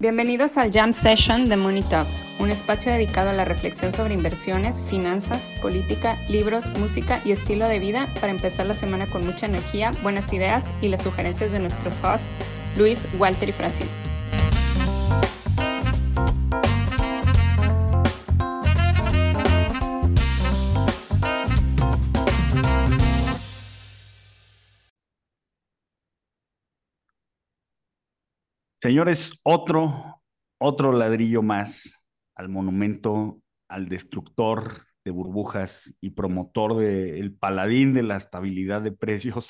Bienvenidos al Jam Session de Money Talks, un espacio dedicado a la reflexión sobre inversiones, finanzas, política, libros, música y estilo de vida para empezar la semana con mucha energía, buenas ideas y las sugerencias de nuestros hosts, Luis, Walter y Francisco. Señores, otro ladrillo más al monumento, al destructor de burbujas y promotor del paladín de la estabilidad de precios,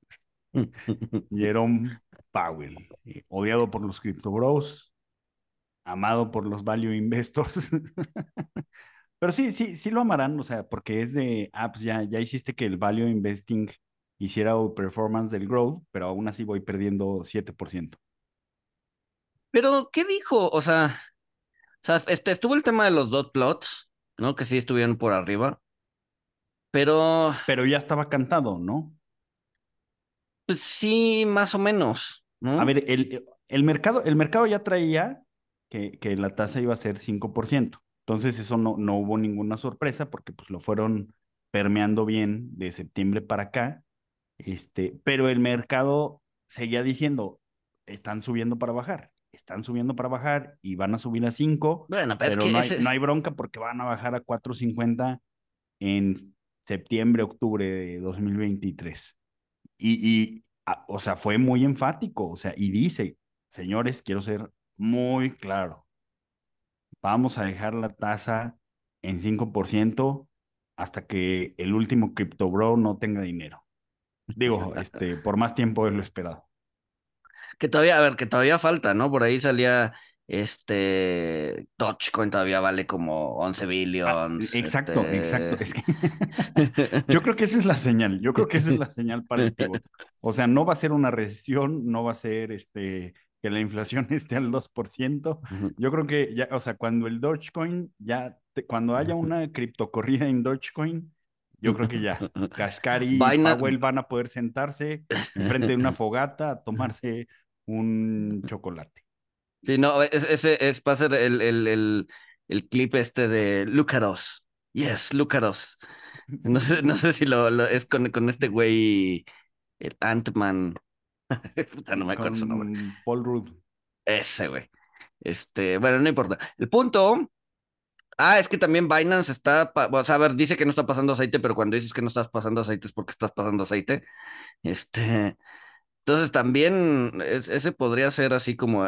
Jerome Powell, odiado por los crypto bros, amado por los value investors. Pero sí lo amarán, o sea, porque es de, pues ya hiciste que el value investing hiciera performance del growth, pero aún así voy perdiendo 7%. Pero, ¿qué dijo? Estuvo el tema de los dot plots, ¿no? Que sí estuvieron por arriba, pero, Pero ya estaba cantado, ¿no? pues sí, más o menos, A ¿no? ver, el mercado ya traía que la tasa iba a ser 5%. Entonces eso no hubo ninguna sorpresa porque pues lo fueron permeando bien de septiembre para acá. Pero el mercado seguía diciendo, están subiendo para bajar y van a subir a 5, Bueno, pero es pero que no hay, ese no hay bronca porque van a bajar a 4.50 en septiembre, octubre de 2023. O sea, fue muy enfático, o sea, y dice, señores, quiero ser muy claro, vamos a dejar la tasa en 5% hasta que el último crypto bro no tenga dinero. Digo, por más tiempo de lo esperado. que todavía, a ver, que todavía falta, ¿no? Por ahí salía, Dogecoin todavía vale como 11 billions, Exacto. Es que yo creo que esa es la señal. Yo creo que esa es la señal para el pivot. O sea, no va a ser una recesión, no va a ser que la inflación esté al 2%. Yo creo que ya, o sea, cuando el Dogecoin, cuando haya una criptocorrida en Dogecoin, yo creo que ya, Kashkari y Binance, Powell van a poder sentarse enfrente de una fogata a tomarse un chocolate. sí, no, ese va a ser el clip de Look at us. Yes, look at us. No sé si es con este güey, el Ant-Man. Puta, no me acuerdo su nombre. Con Paul Rudd. Ese güey. Bueno, no importa. El punto. Es que también Binance o sea, a ver, dice que no está pasando aceite, pero cuando dices que no estás pasando aceite es porque estás pasando aceite. Este, entonces también ese podría ser así como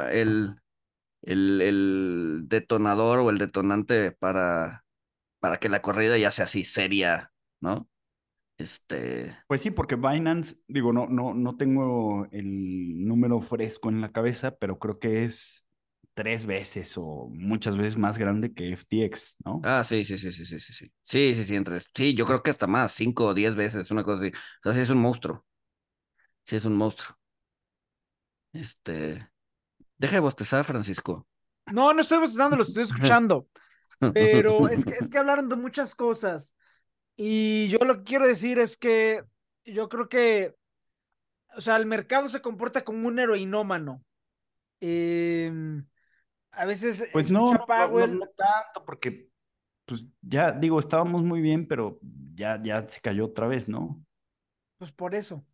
el detonador o el detonante para que la corrida ya sea así seria, ¿no? Este, Pues sí, porque Binance, digo, no tengo el número fresco en la cabeza, pero creo que es 3 veces o muchas veces más grande que FTX, ¿no? sí, sí, sí, sí, sí, sí, sí. Sí, sí, sí, sí, yo creo que hasta más, 5 o 10 veces, una cosa así. O sea, sí es un monstruo. Sí es un monstruo. Este, Deja de bostezar, Francisco. No estoy bostezando, lo estoy escuchando, pero es que hablaron de muchas cosas y yo lo que quiero decir es que yo creo que, o sea, el mercado se comporta como un heroinómano. Eh, a veces Pues escucha a no Powell, tanto, porque pues ya digo, estábamos muy bien, pero ya se cayó otra vez, ¿no? pues por eso.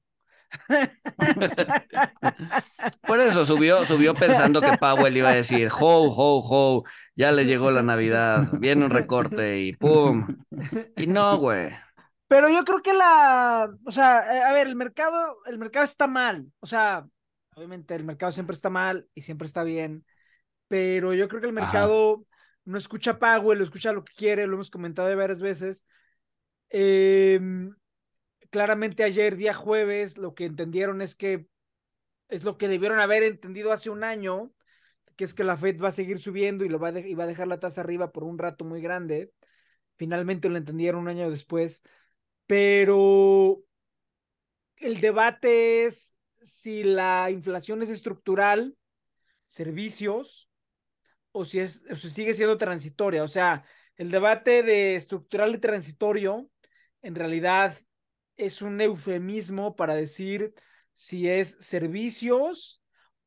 Por eso subió pensando que Powell iba a decir, ho, ho, ho, ya le llegó la Navidad, viene un recorte y ¡pum! Y no, güey. Pero yo creo que o sea, a ver, el mercado está mal. O sea, obviamente el mercado siempre está mal y siempre está bien, pero yo creo que el Ajá, mercado no escucha a Powell, lo escucha lo que quiere, lo hemos comentado de varias veces. Eh, Claramente ayer, día jueves, lo que entendieron es que es lo que debieron haber entendido hace un año, que es que la Fed va a seguir subiendo y va a dejar la tasa arriba por un rato muy grande. Finalmente lo entendieron un año después, pero el debate es si la inflación es estructural, servicios, o si sigue siendo transitoria. O sea, el debate de estructural y transitorio en realidad es un eufemismo para decir si es servicios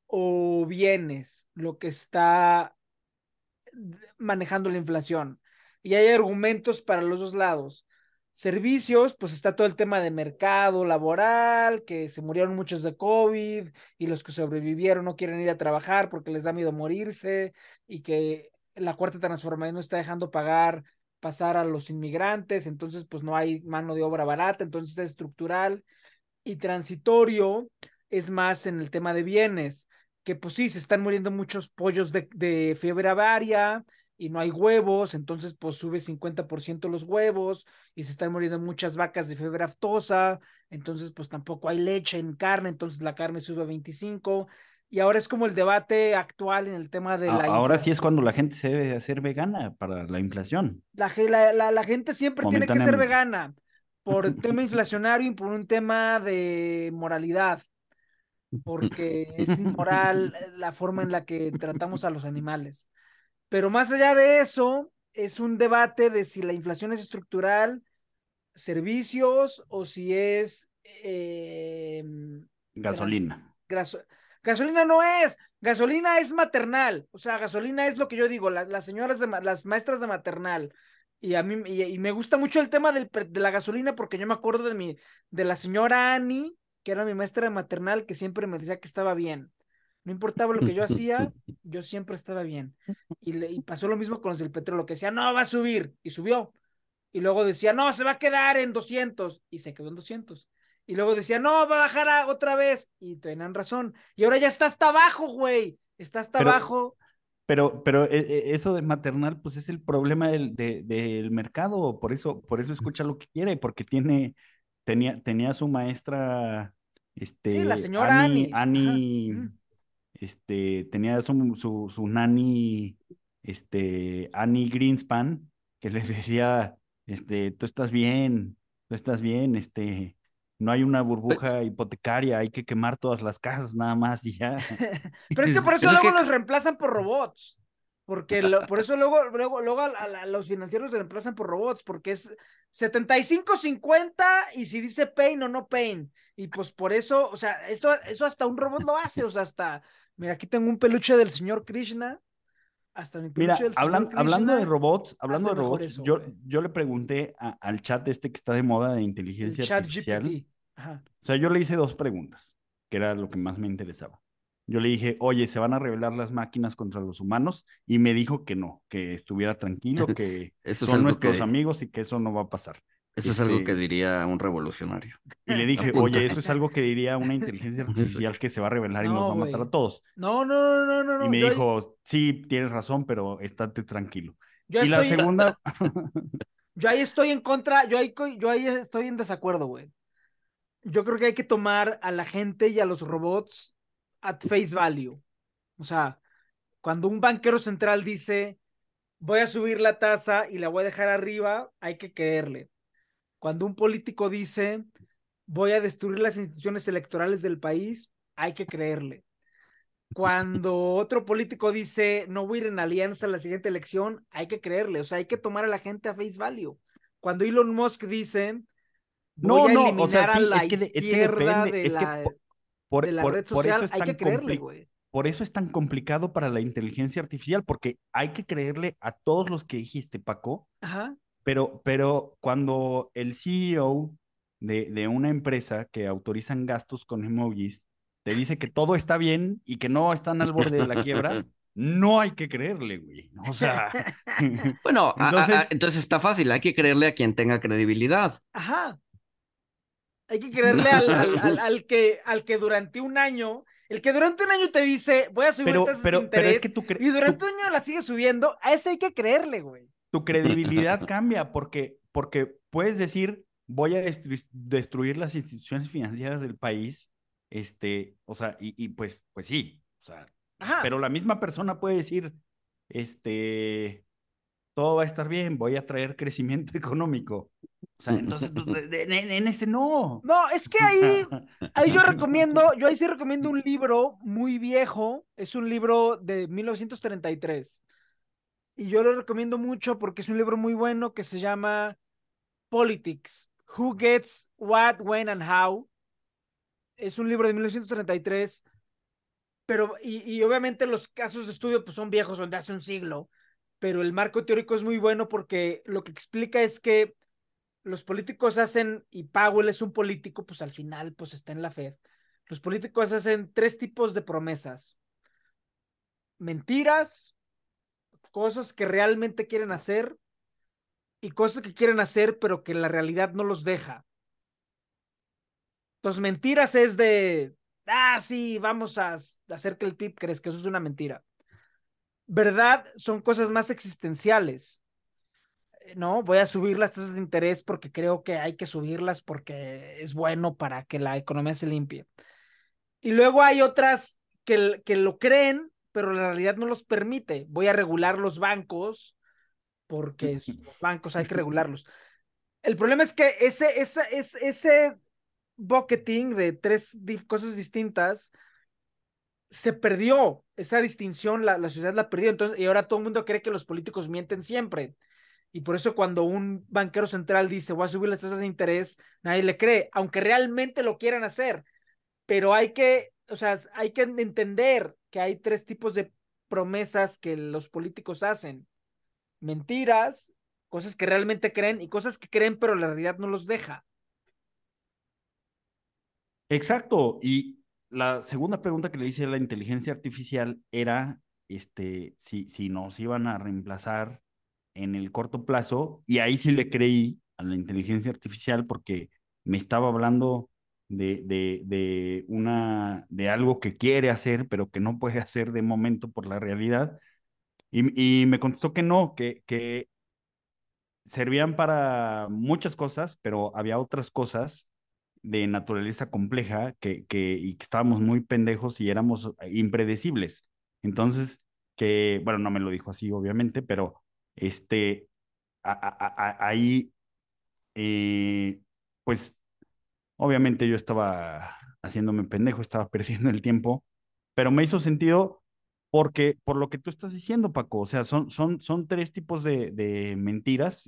o bienes lo que está manejando la inflación? Y hay argumentos para los dos lados. Servicios, pues está todo el tema de mercado laboral, que se murieron muchos de COVID y los que sobrevivieron no quieren ir a trabajar porque les da miedo morirse y que la cuarta transformación no está dejando pasar a los inmigrantes, entonces pues no hay mano de obra barata, entonces es estructural. Y transitorio es más en el tema de bienes, que pues sí, se están muriendo muchos pollos de fiebre aviaria y no hay huevos, entonces pues sube 50% los huevos y se están muriendo muchas vacas de fiebre aftosa, entonces pues tampoco hay leche en carne, entonces la carne sube a 25 y ahora es como el debate actual en el tema de la Ahora sí es inflación. cuando la gente se debe hacer vegana para la inflación, La gente siempre tiene que ser momentáneamente. vegana por tema inflacionario y por un tema de moralidad, porque es inmoral la forma en la que tratamos a los animales. Pero más allá de eso, es un debate de si la inflación es estructural, servicios, o si es trans- Gasolina. graso- gasolina no es, gasolina es maternal, o sea, gasolina es lo que yo digo, las señoras, las maestras de maternal. Y a mí y me gusta mucho el tema de la gasolina porque yo me acuerdo de la señora Annie, que era mi maestra de maternal, que siempre me decía que estaba bien. No importaba lo que yo hacía, yo siempre estaba bien. Y pasó lo mismo con los del petróleo, que decía, no, va a subir, y subió. Y luego decía, no, se va a quedar en 200 y se quedó en 200. Y luego decía, no, va a bajar otra vez, y tenían razón. Y ahora ya está hasta abajo, güey. Está hasta Pero, abajo. pero eso de maternal, pues es el problema del mercado, por eso escucha lo que quiere, porque tenía su maestra, Sí, la señora Annie. Ajá. tenía su nani, Annie Greenspan, que les decía, tú estás bien, no hay una Pe- burbuja hipotecaria, hay que quemar todas las casas nada más y ya. Pero es que por eso Pero es luego que los reemplazan por robots. Porque por eso luego a los financieros los reemplazan por robots, porque es 75-50 y si dice pain o no pain. Y pues por eso, o sea, eso hasta un robot lo hace, o sea, mira, aquí tengo un peluche del señor Krishna, hasta mi peluche Mira, del señor Krishna hablando hace de mejor robots, eso, güey. yo le pregunté al chat que está de moda de El inteligencia chat artificial. GPT. Ajá. O sea, yo le hice dos preguntas, que era lo que más me interesaba. Yo le dije, oye, ¿se van a rebelar las máquinas contra los humanos? Y me dijo que no, que estuviera tranquilo, que eso es son algo nuestros que, amigos y que eso no va a pasar. eso es algo que Este, diría un revolucionario. y le dije, oye, eso Apúntale. es algo que diría una inteligencia artificial Exacto. que se va a rebelar y nos va No, a matar a güey. todos. No, no, no, no, no, Y no. me dijo, sí, tienes razón, pero estate tranquilo. Yo Y la estoy, segunda, yo ahí estoy en contra, yo ahí estoy en desacuerdo, güey. Yo creo que hay que tomar a la gente y a los robots at face value. O sea, cuando un banquero central dice, voy a subir la tasa y la voy a dejar arriba, hay que creerle. Cuando un político dice, voy a destruir las instituciones electorales del país, hay que creerle. Cuando otro político dice, no voy a ir en alianza a la siguiente elección, hay que creerle. O sea, hay que tomar a la gente a face value. Cuando Elon Musk dice, voy no, a no, o sea, eliminar a sí, la es que izquierda depende, de la red por eso social, es hay que tan creerle, güey. por eso es tan complicado para la inteligencia artificial, porque hay que creerle a todos los que dijiste, Paco, Ajá. pero cuando el CEO de una empresa que autorizan gastos con emojis te dice que todo está bien y que no están al borde de la quiebra, no hay que creerle, güey. O sea, Bueno, entonces, entonces está fácil, hay que creerle a quien tenga credibilidad. Ajá. Hay que creerle al que durante un año, el que durante un año te dice, voy a subir tasas de pero es que interés, y durante un año la sigue subiendo, a ese hay que creerle, güey. tu credibilidad cambia porque puedes decir, voy a destruir las instituciones financieras del país, o sea, y pues sí, o sea, Ajá. pero la misma persona puede decir, este, todo va a estar bien, voy a traer crecimiento económico. O sea, entonces, pues, en este no. No, es que O sea, ahí yo ahí sí recomiendo un libro muy viejo, es un libro de 1933, y yo lo recomiendo mucho porque es un libro muy bueno que se llama Politics, Who Gets What, When and How. Es un libro de 1933 pero, y obviamente los casos de estudio pues son viejos, son de hace un siglo, pero el marco teórico es muy bueno porque lo que explica es que los políticos hacen, y Powell es un político, pues al final pues está en la Fed, los políticos hacen tres tipos de promesas: mentiras, cosas que realmente quieren hacer y cosas que quieren hacer pero que la realidad no los deja. Entonces mentiras es de, sí, vamos a hacer que el PIB crezca, eso es una mentira. Verdad son cosas más existenciales. No, voy a subir las tasas de interés porque creo que hay que subirlas porque es bueno para que la economía se limpie. Y luego hay otras que lo creen, pero la realidad no los permite. Voy a regular los bancos porque los bancos hay que regularlos. El problema es que ese bucketing de tres cosas distintas se perdió. Esa distinción, la sociedad la perdió. Entonces, y ahora todo el mundo cree que los políticos mienten siempre. Y por eso cuando un banquero central dice voy a subir las tasas de interés, nadie le cree, aunque realmente lo quieran hacer. Pero o sea, hay que entender que hay tres tipos de promesas que los políticos hacen: mentiras, cosas que realmente creen y cosas que creen pero la realidad no los deja. Exacto. Y la segunda pregunta que le hice a la inteligencia artificial era, si nos iban a reemplazar en el corto plazo, y ahí sí le creí a la inteligencia artificial porque me estaba hablando de algo que quiere hacer, pero que no puede hacer de momento por la realidad. Y me contestó que no, que servían para muchas cosas, pero había otras cosas de naturaleza compleja y que estábamos muy pendejos y éramos impredecibles. Entonces, bueno, no me lo dijo así, obviamente, pero este, ahí, eh, pues, obviamente yo estaba haciéndome pendejo, estaba perdiendo el tiempo, pero me hizo sentido porque, por lo que tú estás diciendo, Paco, o sea, son tres tipos de mentiras,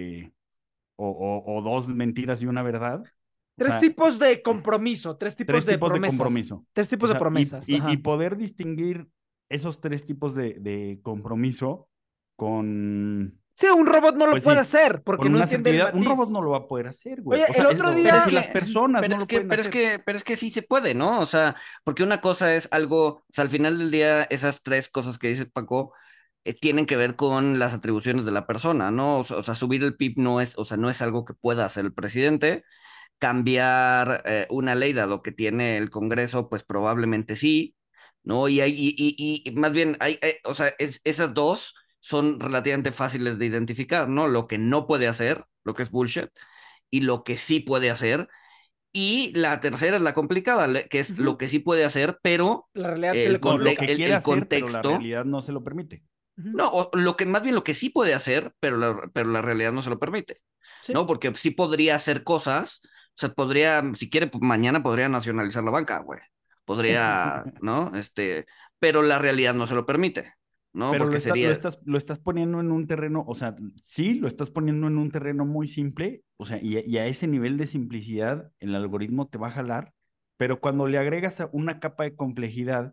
o dos mentiras y una verdad. O Tres sea, tipos de compromiso, tres tipos tres de tipos de promesas. compromiso. Tres O tipos de sea, promesas, y ajá. poder distinguir esos tres tipos de compromiso con, Sí, un robot no lo pues puede sí, hacer porque con no una entiende el asertividad. Un robot matiz. no lo va a poder hacer, güey. Oye, O sea, el otro Pero es día, las que, personas no lo pueden hacer. pero es que sí se puede, ¿no? O sea, porque una cosa es algo, o sea, al final del día, esas tres cosas que dice Paco, tienen que ver con las atribuciones de la persona, ¿no? O sea, subir el PIB no es, o sea, no es algo que pueda hacer el presidente. Cambiar una ley, dado que tiene el Congreso, pues probablemente sí, ¿no? Y más bien, o sea, esas dos son relativamente fáciles de identificar, ¿no? Lo que no puede hacer, lo que es bullshit, y lo que sí puede hacer. Y la tercera es la complicada, que es lo ujú, que sí puede hacer, pero la realidad se le No, lo complica. que quiere el hacer, pero la contexto, realidad no se lo permite. Ujú, no, o lo que más bien lo que sí puede hacer, pero la realidad no se lo permite, sí. ¿no? Porque sí podría hacer cosas, o sea, podría, si quiere, pues, mañana podría nacionalizar la banca, güey. Podría, ¿no? Pero la realidad no se lo permite, ¿no? Pero Porque sería, lo estás poniendo en un terreno, o sea, sí, lo estás poniendo en un terreno muy simple, o sea, y a ese nivel de simplicidad el algoritmo te va a jalar, pero cuando le agregas una capa de complejidad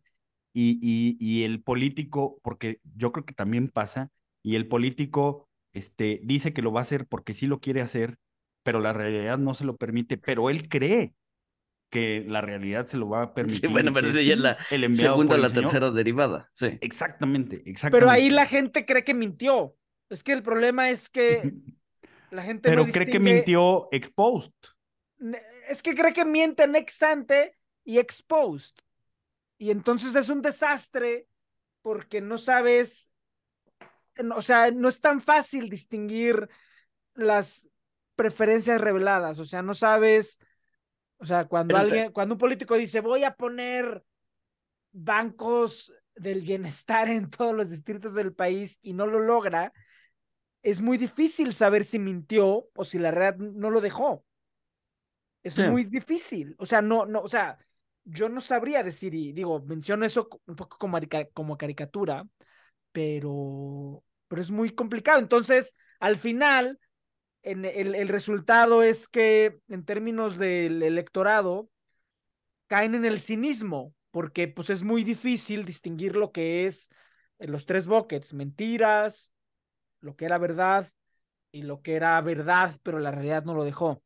y el político, porque yo creo que también pasa, y el político dice que lo va a hacer porque sí lo quiere hacer, pero la realidad no se lo permite, pero él cree que la realidad se lo va a sí, permitir bueno, y pero que esa ya es la sí, el enviado segunda por o el la Señor. tercera derivada, sí. Exactamente, Pero ahí exactamente. la gente cree que mintió. Es que el problema es que la gente no Pero cree que distingue, mintió exposed. es que cree que mienten ex ante y exposed. Y entonces es un desastre porque no sabes, o sea, no es tan fácil distinguir las preferencias reveladas, o sea, no sabes, o sea, Pero cuando un político dice voy a poner bancos del bienestar en todos los distritos del país y no lo logra, es muy difícil saber si mintió o si la realidad no lo dejó. Es sí. muy difícil. O sea, o sea, yo no sabría decir, y digo, menciono eso un poco como caricatura, pero es muy complicado. Entonces, al final, el resultado es que en términos del electorado, caen en el cinismo, porque pues es muy difícil distinguir lo que es los tres buckets, mentiras, lo que era verdad y lo que era verdad, pero la realidad no lo dejó.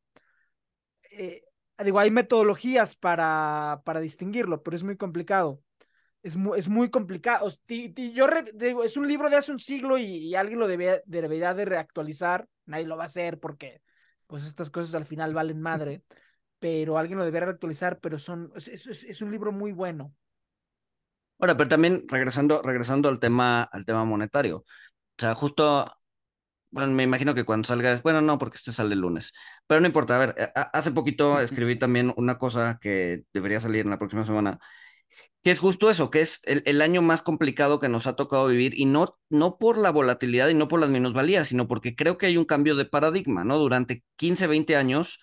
Digo, hay metodologías para distinguirlo, pero es muy complicado. Es muy complicado. Digo, es un libro de hace un siglo y alguien lo debería de reactualizar. Nadie lo va a hacer porque pues estas cosas al final valen madre, pero alguien lo debería reactualizar, pero es un libro muy bueno. Ahora, pero también regresando al tema monetario. O sea, justo, bueno, me imagino que cuando salga, bueno, no, porque este sale el lunes, pero no importa. A ver, hace poquito escribí también una cosa que debería salir en la próxima semana, que es justo eso, que es el año más complicado que nos ha tocado vivir, y no por la volatilidad y no por las minusvalías, sino porque creo que hay un cambio de paradigma, ¿no? Durante 15, 20 años,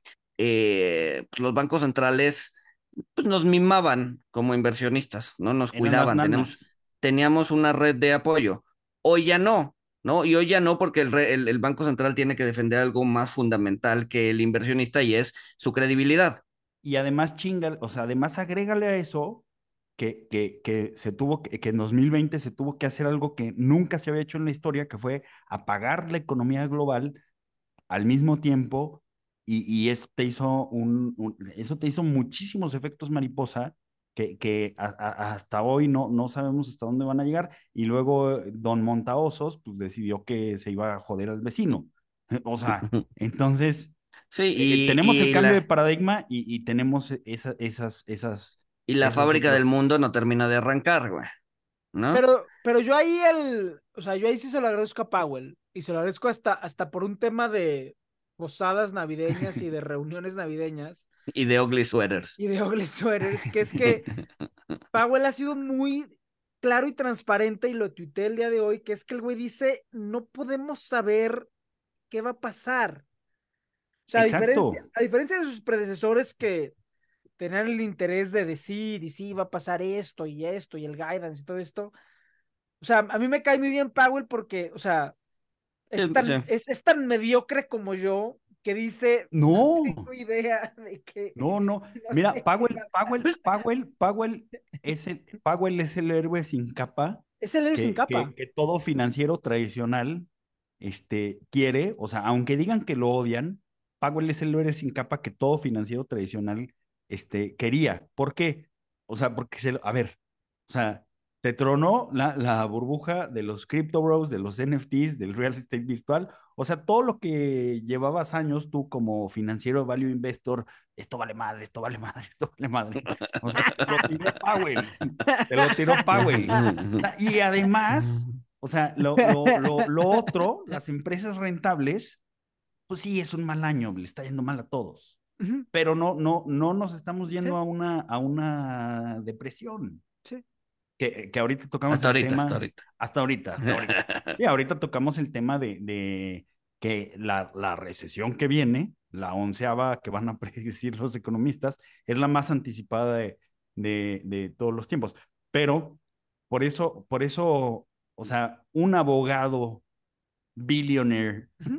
pues, los bancos centrales pues, nos mimaban como inversionistas, ¿no? Nos Eran las cuidaban, nanas. teníamos una red de apoyo. Hoy ya no, ¿no? Y hoy ya no, porque el Banco Central tiene que defender algo más fundamental que el inversionista, y es su credibilidad. Y además chinga, o sea, además agrégale a eso que se tuvo que en 2020 se tuvo que hacer algo que nunca se había hecho en la historia, que fue apagar la economía global al mismo tiempo, y eso te hizo eso te hizo muchísimos efectos mariposa que hasta hoy no sabemos hasta dónde van a llegar. Y luego Don Montaosos pues decidió que se iba a joder al vecino. O sea, entonces Sí, tenemos el cambio de paradigma y tenemos y la esas fábrica del otras. mundo no termina de arrancar, güey, ¿no? Pero o sea, yo ahí sí se lo agradezco a Powell y se lo agradezco hasta por un tema de posadas navideñas y de reuniones navideñas Y de ugly sweaters. y de ugly sweaters, que es que Powell ha sido muy claro y transparente y lo tuiteé el día de hoy, que es que el güey dice, no podemos saber qué va a pasar. O sea, Exacto. a diferencia de sus predecesores que tenían el interés de decir y sí, va a pasar esto y el guidance y todo esto. O sea, a mí me cae muy bien Powell porque, o sea, Sí, sí. es tan mediocre como yo que dice, no No, tengo idea de qué, no. no Mira, sé qué va a pasar. Powell es el héroe sin capa Es el héroe sin capa. que todo financiero tradicional quiere. O sea, aunque digan que lo odian, Powell es el héroe sin capa que todo financiero tradicional quería. ¿Por qué? O sea, porque a ver, o sea, te tronó la burbuja de los crypto bros, de los NFTs, del real estate virtual. O sea, todo lo que llevabas años tú como financiero value investor, esto vale madre, esto vale madre, esto vale madre. O sea, te lo tiró Powell, te lo tiró Powell. O sea, y además, o sea, lo otro, las empresas rentables, pues sí, es un mal año, le está yendo mal a todos, Ujú, pero no nos estamos sí, yendo a una depresión, sí. que ahorita tocamos Hasta el ahorita, hasta tema, ahorita. hasta ahorita. Sí, ahorita tocamos el tema de que la recesión que viene, la onceava que van a predecir los economistas, es la más anticipada de todos los tiempos. Pero por eso, o sea, un abogado billionaire Ujú,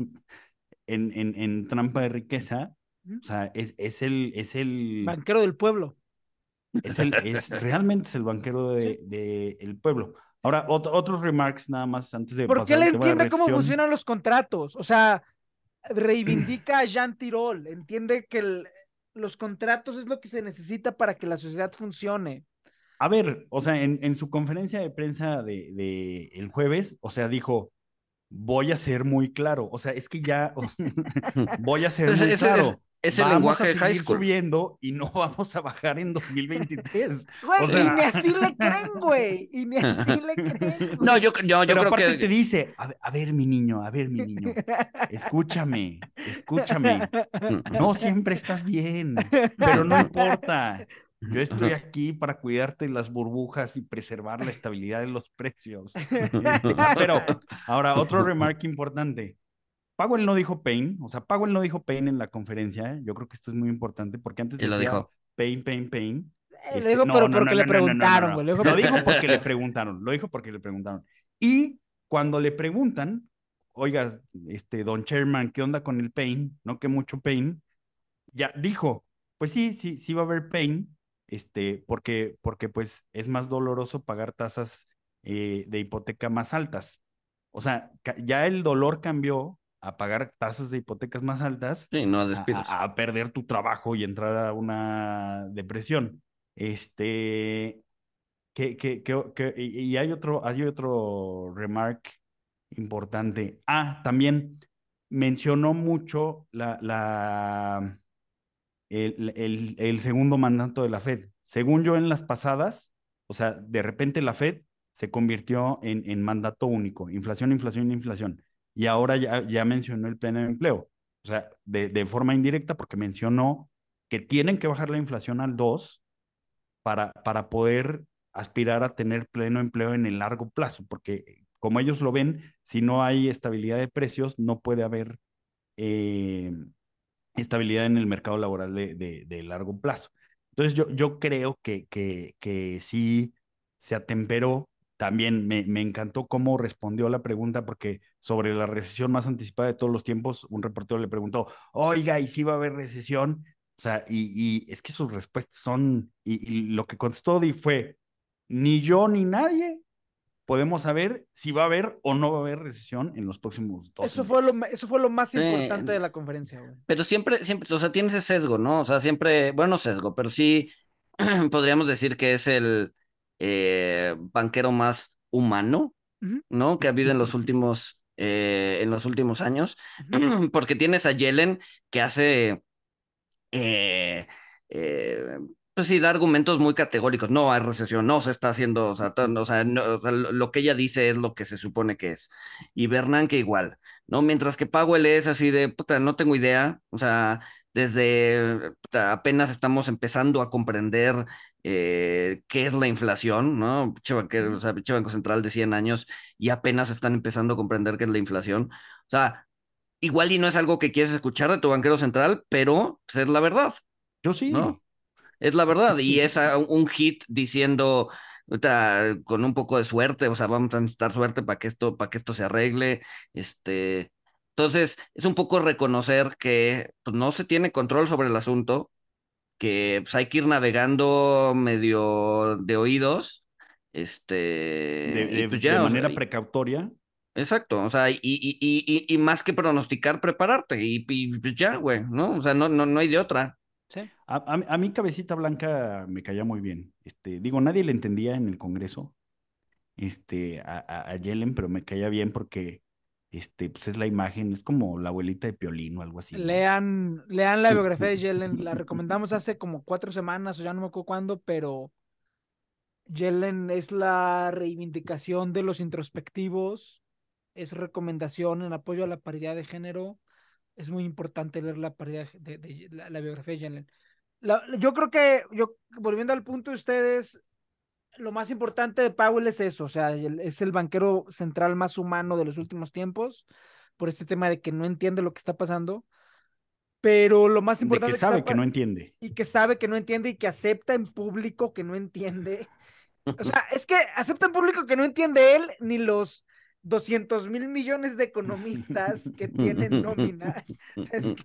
en trampa de riqueza, ujú. o sea, Banquero del pueblo. realmente es el banquero Sí. de el pueblo. Ahora, otros remarks nada más antes de Porque pasar él al tema de entiende cómo recesión. funcionan los contratos. O sea, reivindica a Jean Tirole. Entiende que los contratos es lo que se necesita para que la sociedad funcione. A ver, o sea, en su conferencia de prensa de el jueves, o sea, dijo, voy a ser muy claro. O sea, es que ya voy a ser Es, muy es, es, claro. es el Vamos a lenguaje de high seguir school. subiendo y no vamos a bajar en 2023. O Güey, y ni sea, así le creen, güey. Y ni así le creen, No, güey. yo pero creo aparte te que dice, a ver, mi niño, escúchame. No siempre estás bien, pero no importa. Yo estoy aquí para cuidarte de las burbujas y preservar la estabilidad de los precios. Pero, ahora, otro remarque importante. Powell no dijo pain, o sea, Powell no dijo pain en la conferencia. Yo creo que esto es muy importante porque antes y lo decía dijo. pain, pain, pain. Lo dijo, No, pero no, no, porque le no, no, no, no, no, preguntaron, no. güey. Lo dijo Lo porque... dijo porque le preguntaron, lo dijo porque le preguntaron. Y cuando le preguntan, oiga, don Chairman, ¿qué onda con el pain? No que mucho pain. Ya dijo, pues sí, sí, sí va a haber pain, porque pues es más doloroso pagar tasas de hipoteca más altas. O sea, ya el dolor cambió a pagar tasas de hipotecas más altas Sí, no despidos. a perder tu trabajo y entrar a una depresión. Este, y hay otro remark importante. También mencionó mucho el segundo mandato de la Fed. Según yo, en las pasadas, o sea, de repente la Fed se convirtió en mandato único, inflación, inflación, inflación. Y ahora ya mencionó el pleno empleo. O sea, de forma indirecta, porque mencionó que tienen que bajar la inflación al 2 para poder aspirar a tener pleno empleo en el largo plazo, porque como ellos lo ven, si no hay estabilidad de precios, no puede haber eh, estabilidad en el mercado laboral de largo plazo. Entonces yo creo que sí se atemperó. También me encantó cómo respondió a la pregunta, porque sobre la recesión más anticipada de todos los tiempos, un reportero le preguntó, oiga, ¿y si va a haber recesión? O sea, y es que sus respuestas son, y lo que contestó fue, ni yo ni nadie podemos saber si va a haber o no va a haber recesión en los próximos 12 meses. Eso fue lo más Sí, importante de la conferencia, güey. pero siempre, o sea, tiene ese sesgo, ¿no? O sea, siempre, bueno, no sesgo, pero sí podríamos decir que es el banquero más humano, Ujú, ¿no? Que ha habido en los últimos años, ujú. porque tienes a Yellen que hace eh, eh, pues sí, da argumentos muy categóricos. No hay recesión, no se está haciendo, o sea, o sea, o sea, lo que ella dice es lo que se supone que es. Y Bernanke igual, ¿no? Mientras que Powell es así de, puta, no tengo idea, o sea, desde puta, apenas estamos empezando a comprender qué es la inflación, ¿no? O sea, pinche Banco Central de 100 años y apenas están empezando a comprender qué es la inflación. O sea, igual y no es algo que quieres escuchar de tu banquero central, pero pues, es la verdad, Yo sí. ¿no? Es la verdad. Y es un hit diciendo, "Puta, con un poco de suerte, o sea, vamos a necesitar suerte para que esto se arregle. Este, entonces, es un poco reconocer que pues, no se tiene control sobre el asunto, que pues, hay que ir navegando medio de oídos. Y pues De ya, o sea, manera precautoria. exacto, o sea, y más que pronosticar, prepararte, y pues ya, güey, ¿no? O sea, no hay de otra. Sí. A mí Cabecita Blanca me caía muy bien. Digo, nadie le entendía en el Congreso, a Yellen, pero me caía bien porque, pues es la imagen, es como la abuelita de Piolín o algo así, ¿no? Lean la biografía de Yellen, la recomendamos hace como 4 semanas o ya no me acuerdo cuándo, pero Yellen es la reivindicación de los introspectivos, es recomendación en apoyo a la paridad de género. Es muy importante leer la paridad la biografía de Yellen. Yo creo que, volviendo al punto de ustedes, lo más importante de Powell es eso, o sea, es el banquero central más humano de los últimos tiempos, por este tema de que no entiende lo que está pasando, pero lo más De que importante que está sabe que no entiende. y que sabe que no entiende y que acepta en público que no entiende. O sea, es que acepta en público que no entiende él ni los 200.000 millones de economistas que tienen nómina. O sea, es que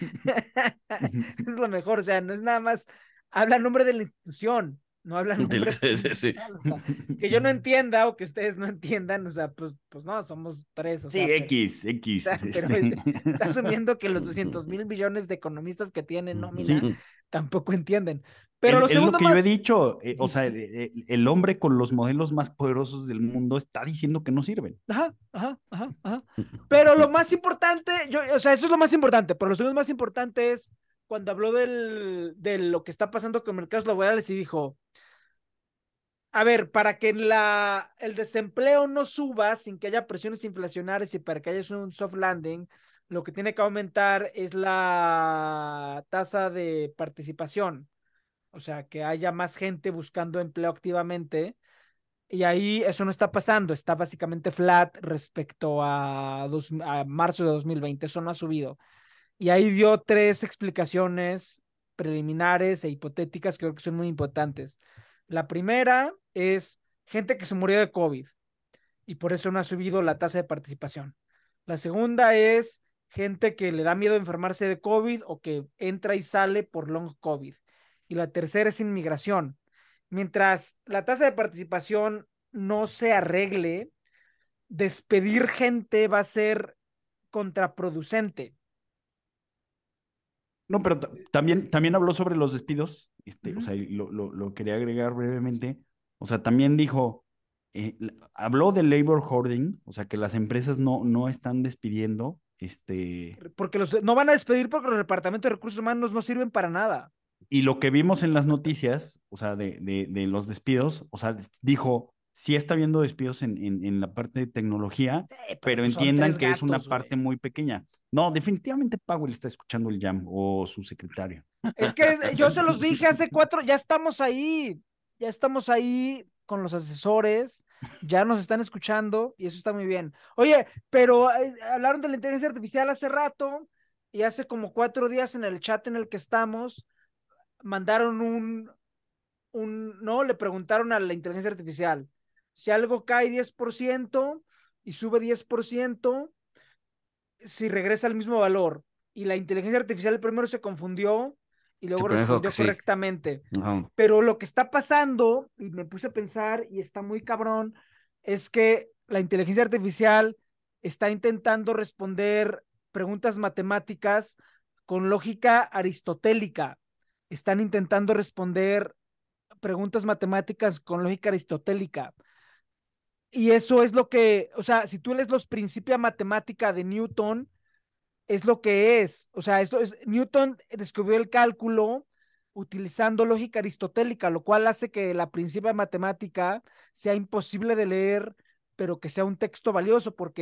es lo mejor, o sea, no es nada más, habla en nombre de la institución, no habla en nombre Sí, sí, sí. personal, o sea, que yo no entienda o que ustedes no entiendan, o sea, pues no, somos tres, o sea, Sí, X, X. pero está asumiendo que los 200.000 millones de economistas que tienen nómina Sí, tampoco entienden. Pero lo es lo segundo que yo he más, dicho. O sea, el hombre con los modelos más poderosos del mundo está diciendo que no sirven. ajá, ajá, ajá, ajá. Pero lo más importante, o sea, eso es lo más importante, pero lo segundo más importante es cuando habló de lo que está pasando con mercados laborales y dijo, a ver, para que el desempleo no suba sin que haya presiones inflacionarias y para que haya un soft landing, lo que tiene que aumentar es la tasa de participación, o sea, que haya más gente buscando empleo activamente. Y ahí eso no está pasando, está básicamente flat respecto a marzo de 2020, eso no ha subido. Y ahí dio 3 explicaciones preliminares e hipotéticas que creo que son muy importantes. La primera es gente que se murió de COVID y por eso no ha subido la tasa de participación. La segunda es gente que le da miedo enfermarse de COVID o que entra y sale por long COVID. y la tercera es inmigración. Mientras la tasa de participación no se arregle, despedir gente va a ser contraproducente. No, pero también habló sobre los despidos, o Ujú. sea, lo quería agregar brevemente. O sea, también dijo, habló de labor hoarding, o sea, que las empresas no están despidiendo, Porque no van a despedir porque los departamentos de recursos humanos no sirven para nada. y lo que vimos en las noticias, o sea, de los despidos, o sea, dijo, sí está habiendo despidos en la parte de tecnología, Pero pero pues son entiendan tres que es una gatos, parte güey. muy pequeña. No, definitivamente Powell está escuchando el jam o su secretario. Es que yo se los dije hace 4, ya estamos ahí con los asesores, ya nos están escuchando y eso está muy bien. Oye, pero hablaron de la inteligencia artificial hace rato y hace como 4 días en el chat en el que estamos, mandaron no, le preguntaron a la inteligencia artificial, si algo cae 10% y sube 10%, si regresa al mismo valor. Y la inteligencia artificial primero se confundió y Sí, luego pero dijo que respondió sí. correctamente. Ajá. Pero lo que está pasando, y me puse a pensar, y está muy cabrón, es que la inteligencia artificial está intentando responder preguntas matemáticas con lógica aristotélica. Están intentando responder preguntas matemáticas con lógica aristotélica. Y eso es lo que, o sea, si tú lees los principios matemática de Newton, es lo que es. O sea, Newton descubrió el cálculo utilizando lógica aristotélica, lo cual hace que la principia matemática sea imposible de leer, pero que sea un texto valioso, porque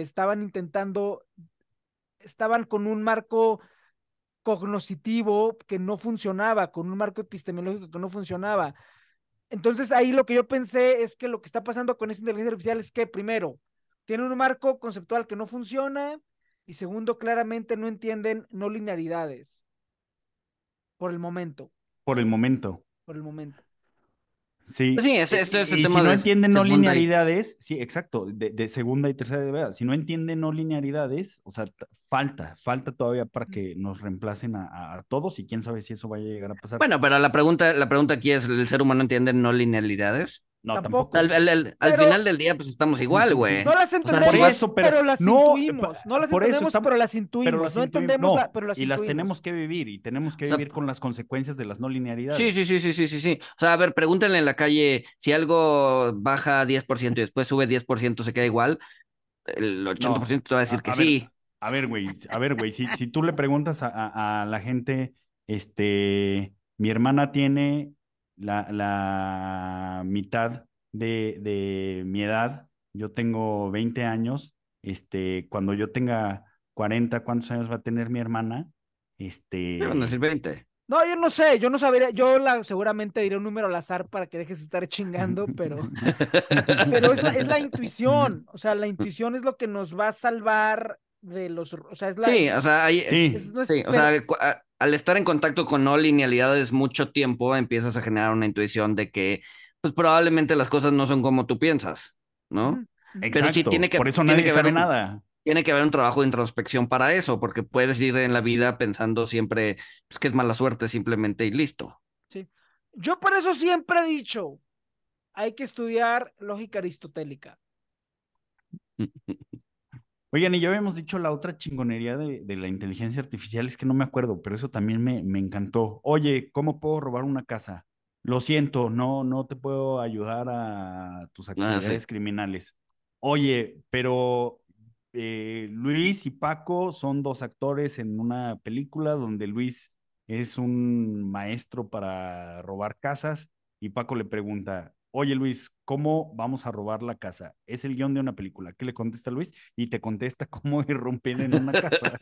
estaban con un marco cognoscitivo que no funcionaba, con un marco epistemológico que no funcionaba. Entonces ahí lo que yo pensé es que lo que está pasando con esta inteligencia artificial es que primero, tiene un marco conceptual que no funciona y segundo, claramente no entienden no linearidades por el momento, Por el momento. por el momento. Pues Sí, sí, esto es el y si tema no de entienden no segunda y... linearidades, sí, exacto, de segunda y tercera de verdad, si no entienden no linearidades, o sea, falta todavía para que nos reemplacen a todos y quién sabe si eso vaya a llegar a pasar. Bueno, pero la pregunta aquí es, ¿el ser humano entiende no linealidades? No, Tampoco, Al, tampoco. al- al- al pero final del día, pues estamos igual, güey. no las O sea, si Por vas... entendemos, eso, pero pero las no, intuimos. No las por eso entendemos, estamos, pero las pero intuimos. las No intuimos, entendemos, no, pero las y las tenemos intuimos. que vivir y tenemos que O sea, vivir con las consecuencias de las no sí, sí, linearidades. sí, sí, sí, sí, sí. O sea, a ver, pregúntenle en la calle si algo baja 10% y después sube 10%, ¿se queda igual? El No, 80% te va a decir que a ver, sí. güey, si tú le preguntas a la gente, mi hermana tiene la mitad de mi edad, yo tengo 20 años, cuando yo tenga 40, ¿cuántos años va a tener mi hermana? Te van a decir Este, 20. No, yo no sé, yo no sabría, seguramente diré un número al azar para que dejes de estar chingando, pero es la intuición, o sea, la intuición es lo que nos va a salvar de o sea, Sí, o sea, sí, no es, sí, o sea, al estar en contacto con no linealidades mucho tiempo, empiezas a generar una intuición de que, pues probablemente las cosas no son como tú piensas, ¿no? ujú, ujú. Pero sí exacto, por eso tiene nadie que haber sabe nada. un trabajo de introspección para eso, porque puedes ir en la vida pensando siempre, pues que es mala suerte simplemente y listo. Sí. Yo por eso siempre he dicho, hay que estudiar lógica aristotélica. Oigan, y ya habíamos dicho la otra chingonería de la inteligencia artificial, es que no me acuerdo, pero eso también me encantó. Oye, ¿cómo puedo robar una casa? Lo siento, no te puedo ayudar a tus Ah, sí. actividades criminales. Oye, pero Luis y Paco son dos actores en una película donde Luis es un maestro para robar casas y Paco le pregunta, oye Luis, ¿cómo vamos a robar la casa? Es el guión de una película. ¿Qué le contesta Luis? Y te contesta cómo irrumpir en una casa.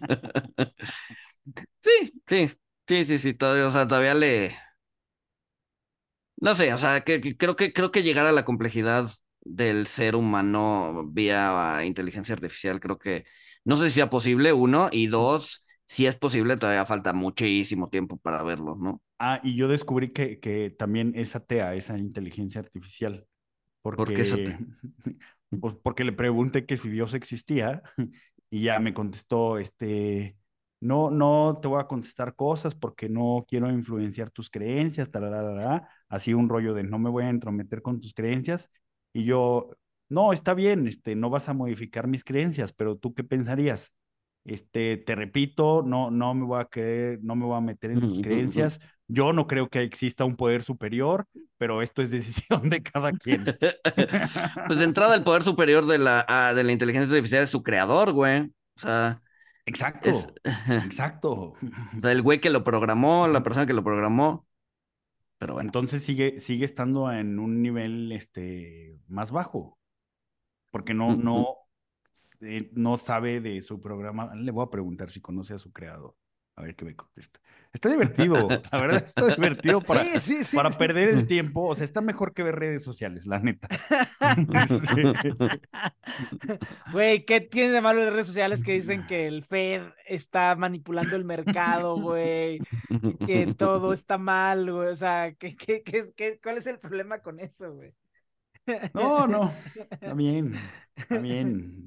Sí, sí, sí, sí, sí, o sea, todavía no sé, o sea, creo que llegar a la complejidad del ser humano vía inteligencia artificial, creo que no sé si sea posible, uno, y dos, si es posible, todavía falta muchísimo tiempo para verlo, ¿no? Ah, y yo descubrí que también es atea esa inteligencia artificial, Porque eso porque, te... pues porque le pregunté que si Dios existía y ya me contestó, no te voy a contestar cosas porque no quiero influenciar tus creencias, así un rollo de no me voy a entrometer con tus creencias. Y yo, no, está bien, no vas a modificar mis creencias, pero ¿tú qué pensarías? Te repito, no me voy a creer, no me voy a meter en tus creencias. Yo no creo que exista un poder superior, pero esto es decisión de cada quien. Pues de entrada el poder superior de la inteligencia artificial es su creador, güey. O sea, es Exacto, exacto. o sea, el güey que lo programó, la persona que lo programó, pero bueno. Entonces sigue estando en un nivel más bajo, porque no sabe de su programa. Le voy a preguntar si conoce a su creador. A ver qué me contesta. Está divertido, la verdad está divertido Sí, sí, sí, para sí. perder el tiempo. O sea, está mejor que ver redes sociales, la neta. Güey, ¿qué tiene de malo las redes sociales que dicen que el Fed está manipulando el mercado, güey? Y que todo está mal, güey. O sea, ¿cuál es el problema con eso, güey? No, está bien, está bien.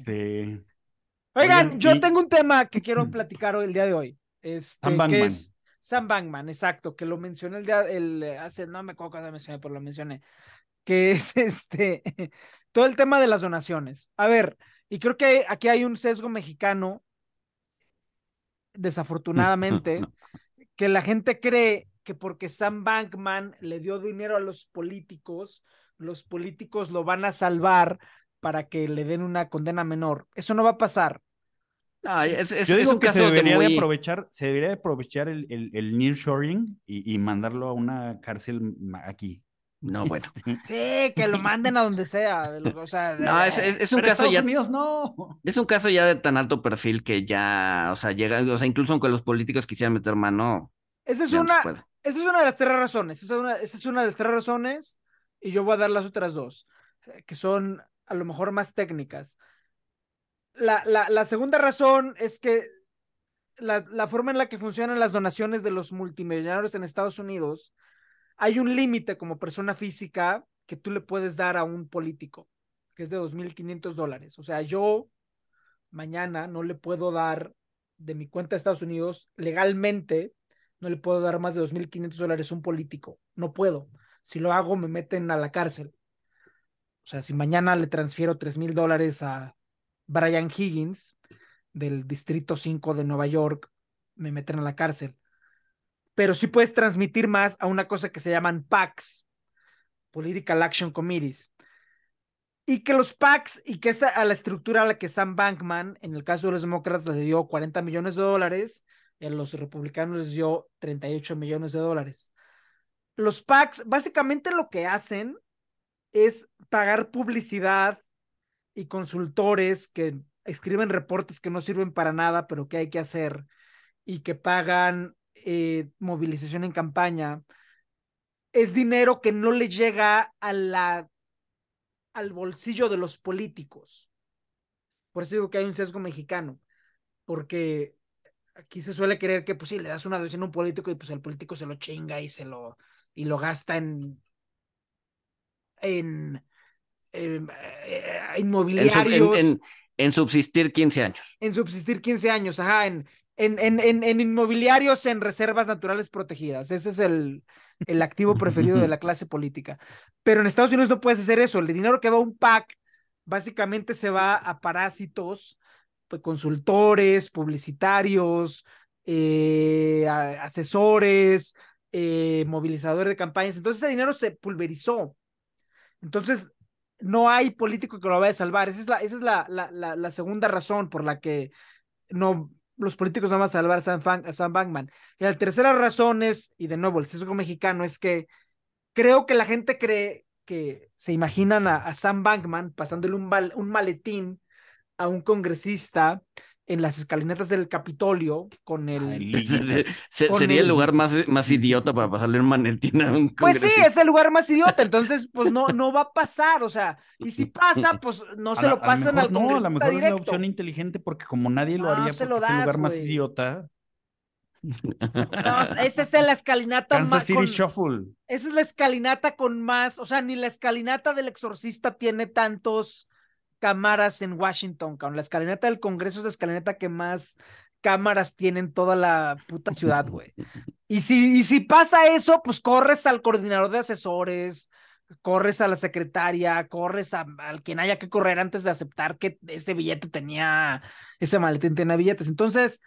Oigan, Oigan, yo y tengo un tema que quiero platicar hoy, el día de hoy. Sam Que Bankman. es Sam Bankman, exacto, que lo mencioné hace, no me acuerdo cuándo lo mencioné, pero lo mencioné. Que es todo el tema de las donaciones. A ver, y creo que aquí hay un sesgo mexicano, desafortunadamente, que la gente cree que porque Sam Bankman le dio dinero a los políticos lo van a salvar para que le den una condena menor. Eso no va a pasar. No, Yo es digo un que caso de muy. se debería de aprovechar el nearshoring y mandarlo a una cárcel aquí. No, bueno. Sí, que lo manden a donde sea. O sea, No, es un Pero caso Estados ya. Unidos no. Es un caso ya de tan alto perfil que ya, o sea, llega, o sea, incluso aunque los políticos quisieran meter mano, esa es ya no se una, puede. esa es una de las tres razones. Esa es una de las tres razones. Y yo voy a dar las otras dos, que son a lo mejor más técnicas. La segunda razón es que la forma en la que funcionan las donaciones de los multimillonarios en Estados Unidos, hay un límite como persona física que tú le puedes dar a un político, que es de $2,500. O sea, yo mañana no le puedo dar de mi cuenta de Estados Unidos legalmente, no le puedo dar más de $2,500 a un político. No puedo. Si lo hago, me meten a la cárcel. O sea, si mañana le transfiero $3,000 a Brian Higgins del Distrito 5 de Nueva York, me meten a la cárcel. Pero sí puedes transmitir más a una cosa que se llaman PACs, Political Action Committees. Y que los PACs y que esa a la estructura a la que Sam Bankman, en el caso de los demócratas, le dio $40 millones y a los republicanos les dio $38 millones. Los PACs básicamente lo que hacen es pagar publicidad y consultores que escriben reportes que no sirven para nada, pero que hay que hacer y que pagan movilización en campaña. Es dinero que no le llega al bolsillo de los políticos. Por eso digo que hay un sesgo mexicano, porque aquí se suele creer que pues sí, le das una donación a un político y pues el político se lo chinga y lo gasta en, En, sub- en, inmobiliarios, en, en subsistir 15 años. en subsistir 15 años, ajá, en inmobiliarios, en reservas naturales protegidas. Ese es el activo preferido de la clase política. Pero en Estados Unidos no puedes hacer eso. El dinero que va a un PAC básicamente se va a parásitos, pues, consultores, publicitarios, asesores, movilizadores de campañas. Entonces ese dinero se pulverizó. Entonces, no hay político que lo vaya a salvar. Esa es la segunda razón por la que no, los políticos no van a salvar a Sam Bankman. Y la tercera razón es, y de nuevo, el sesgo mexicano es que creo que la gente cree que se imaginan a Sam Bankman pasándole un maletín a un congresista en las escalinatas del Capitolio con En el, liguitas. con Sería el el, lugar más idiota para pasarle un manetín a un pues sí, es congresista. el lugar más idiota, entonces pues no va a pasar, o sea, y si pasa, pues no se lo A lo pasan mejor al no, a lo congresista mejor es la opción directo. inteligente porque como nadie lo No haría se lo porque es el das, lugar más güey. idiota. No, esa es la escalinata Kansas City Shuffle. esa es la escalinata con más, o sea, ni la escalinata del Exorcista tiene tantos cámaras en Washington, cabrón. La escalinata del Congreso es la escalinata cámaras tienen toda la puta ciudad, güey. Y si pasa eso, pues corres al coordinador de asesores, corres a la secretaria, corres al quien haya que correr antes de aceptar que ese maletín tenía billetes. Entonces,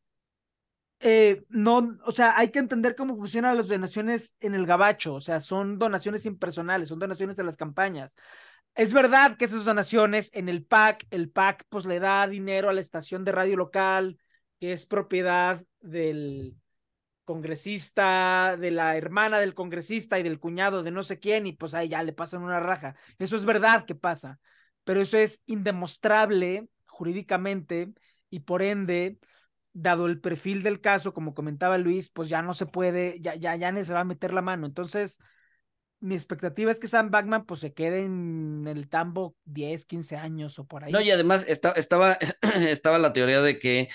no, o sea, hay que entender cómo funcionan las donaciones en el gabacho, o sea, son donaciones impersonales, son donaciones de las campañas. Es verdad que esas donaciones en el PAC pues le da dinero a la estación de radio local, que es propiedad del congresista, de la hermana del congresista y del cuñado de no sé quién, y pues ahí ya le pasan una raja. Eso es verdad que pasa, pero eso es indemostrable jurídicamente y por ende, dado el perfil del caso, como comentaba Luis, pues ya no se puede, ya ni se va a meter la mano. Entonces, mi expectativa es que Sam Backman pues se quede en el tambo 10, 15 años o por No, ahí. y además estaba la teoría de que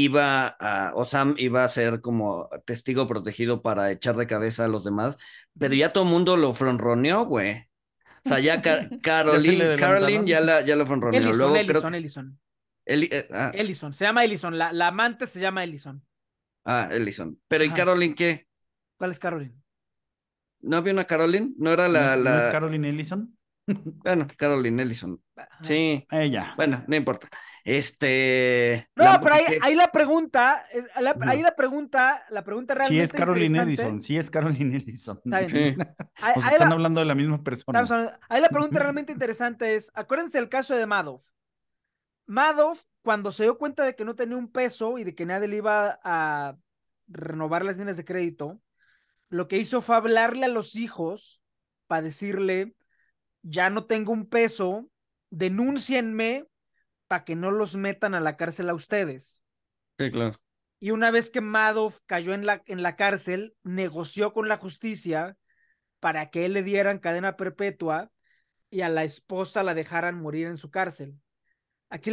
o Sam iba a ser como testigo protegido para echar de cabeza a los demás, pero ya todo el mundo lo fronroneó, güey. O sea, ya Ya se le Caroline adelantaron. ya lo fronroneó. Luego creo que Ellison. Eli- ah, Ellison, se llama Ellison, la amante se llama Ellison. Ellison. Pero ¿y Ajá. Caroline qué? ¿Cuál es Caroline? ¿No había una Caroline? ¿No era ¿No es Caroline Ellison? Bueno, Caroline Ellison. Ajá. Sí. Ella. Bueno, no importa. No, pero ¿Qué es? ahí la pregunta, ahí No. la pregunta Sí es realmente Caroline interesante, Ellison, sí es Caroline Ellison. está bien, Sí. ahí, O sea, ahí están la, hablando de la misma persona. ahí la pregunta realmente interesante es, acuérdense del caso de Madoff. Madoff, cuando se dio cuenta de que no tenía un peso y de que nadie le iba a renovar las líneas de crédito, lo que hizo fue hablarle a los hijos para decirle, ya no tengo un peso, denúncienme para que no los metan a la cárcel a ustedes. Sí, claro. Y una vez que Madoff cayó en la cárcel, negoció con la justicia para que él le dieran cadena perpetua y a la esposa la dejaran morir en su cárcel. Aquí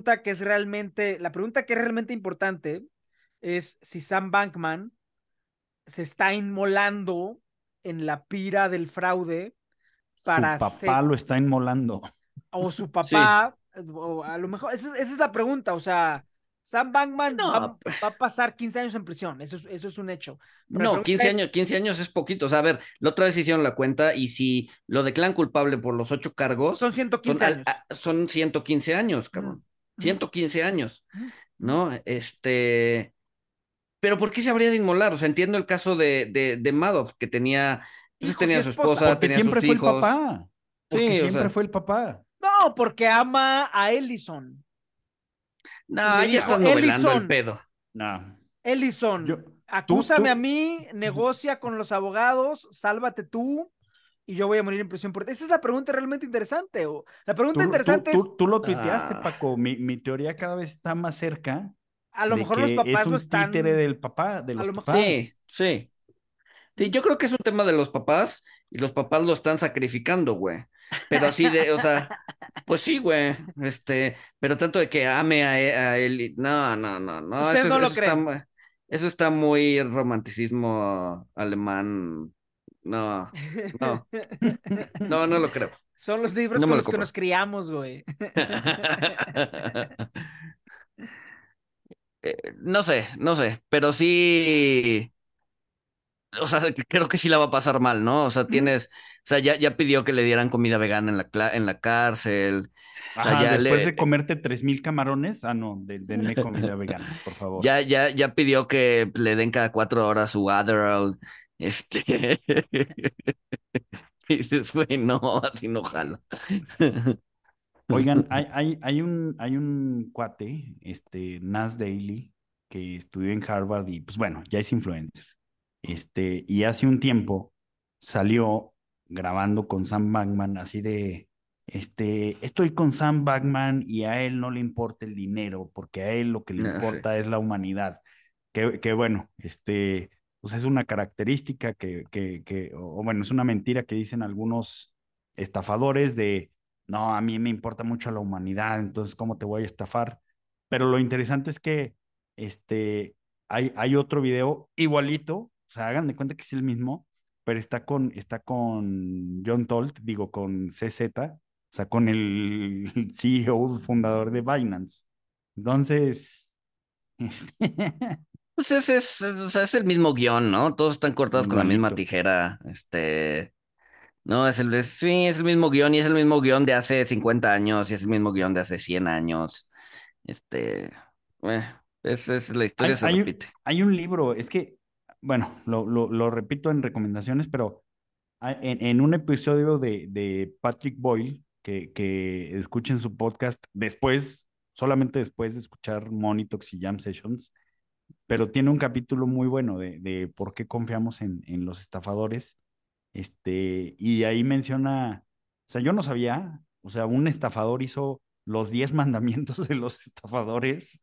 la pregunta que es realmente importante es si Sam Bankman se está inmolando en la pira del fraude Su para papá ser, lo está inmolando. o su Sí. papá, o a lo mejor, esa es la pregunta, o sea, Sam Bankman va, No, va a pasar 15 años en prisión, eso es un hecho. Pero la no, pregunta 15 es, años, 15 años es poquito. O sea, a ver, la otra vez hicieron la cuenta y si lo declaran culpable por los 8 cargos, son 115 años. son 115 años, Ujú, cabrón. ujú, 115 años, ujú, ujú. ¿no? Pero ¿por qué se habría de inmolar? O sea, entiendo el caso de Madoff, que pues Hijos y tenía a su esposa. esposa, Porque tenía a siempre sus fue el hijos. papá. Porque Sí, o siempre sea, fue el papá. No, porque ama a Ellison. Y no, le ya dijo, estás novelando el pedo. No. Yo, Ellison, tú, acúsame a tú, mí, negocia con los abogados, sálvate tú y yo voy a morir en prisión por ti. Esa es la pregunta realmente interesante. La pregunta interesante es, tú lo tuiteaste, Ah, Paco. Mi teoría cada vez está más cerca a lo de mejor los que es papás lo un títere están, del papá, de a los lo mejor, sí, papás. sí. Sí, yo creo que es un tema de los papás y los papás lo están sacrificando, güey. Pero así o sea, pues sí, güey. Pero tanto de que ame a él. No, no, no, no. ustedes no lo creen. Eso está muy romanticismo alemán. No, no, no, no lo creo. Son los libros No me con lo los que nos compro. criamos, güey. No sé, no sé, pero sí. O sea, creo que sí la va a pasar mal, ¿no? O sea, o sea, ya pidió que le dieran comida vegana en la cárcel. O sea, Ajá, después de comerte 3,000 camarones. Ah, no, denme comida vegana, por favor. ya pidió que le den cada 4 horas su Adderall. Este, y dices, güey, no, así no jala. Oigan, hay un cuate, Nas Daily, que estudió en Harvard y pues bueno, ya es influencer. Y hace un tiempo salió grabando con Sam Bankman así de, estoy con Sam Bankman y a él no le importa el dinero, porque a él lo que le No sé. importa es la humanidad. Que bueno, pues es una característica o bueno, es una mentira que dicen algunos estafadores de no, a mí me importa mucho la humanidad, entonces, ¿cómo te voy a estafar? Pero lo interesante es que hay otro video igualito, o sea, hagan de cuenta que es el mismo, pero está con John Tolt, digo, con CZ, o sea, con el CEO fundador de Binance. Entonces, Pues o sea, es el mismo guión, ¿no? Todos están cortados con la misma Igualito. tijera. No, sí, es el mismo guión y es el mismo guión de hace 50 años y es el mismo guión de hace 100 años. Este, eh, la historia se repite. Hay un libro, es que, bueno, lo repito en recomendaciones, pero en un episodio de Patrick Boyle, que escuchen su podcast después, solamente después de escuchar Money Talks y Jam Sessions, pero tiene un capítulo muy bueno de por qué confiamos en los estafadores. Y ahí menciona, o sea, yo no sabía, o sea, un estafador hizo los 10 mandamientos de los estafadores.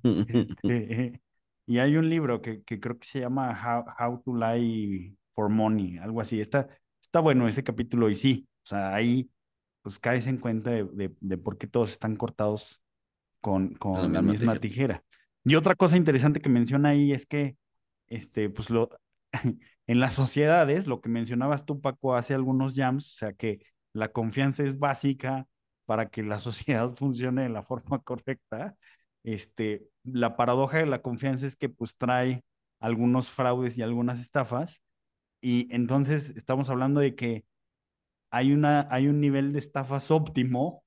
Y hay un libro que creo que se llama How to Lie for Money, algo así. Está bueno ese capítulo y sí, o sea, ahí pues caes en cuenta de por qué todos están cortados A la con la misma misma tijera. tijera. Y otra cosa interesante que menciona ahí es que, pues en las sociedades, lo que mencionabas tú, Paco, hace algunos jams, o sea, que la confianza es básica para que la sociedad funcione de la forma correcta. La paradoja de la confianza es que pues trae algunos fraudes y algunas estafas, y entonces estamos hablando de que hay un nivel de estafas óptimo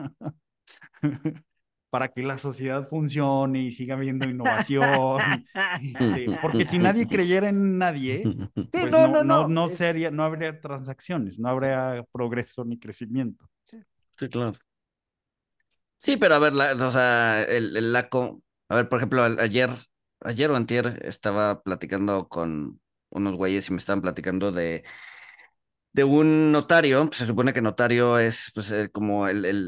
para que la sociedad funcione y siga habiendo innovación, porque si nadie creyera en nadie, Sí, pues no, no, no. no habría transacciones, no Sí, habría progreso ni crecimiento. sí. Sí, claro. Sí, pero a ver, o sea, a ver, por ejemplo, ayer o antier estaba platicando con unos güeyes y me estaban platicando de un notario. Pues se supone que notario es pues como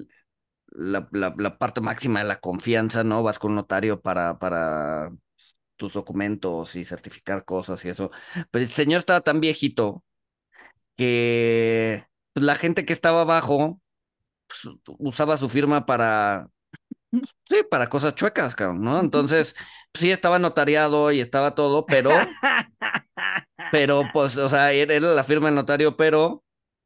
la parte máxima de la confianza, ¿no? Vas con un notario para tus documentos y certificar cosas y eso. Pero el señor estaba tan viejito que pues, la gente que estaba abajo pues, usaba su firma sí, para cosas chuecas, cabrón, ¿no? Entonces, pues, sí estaba notariado y estaba todo, pues, o sea, era la firma del notario, pero,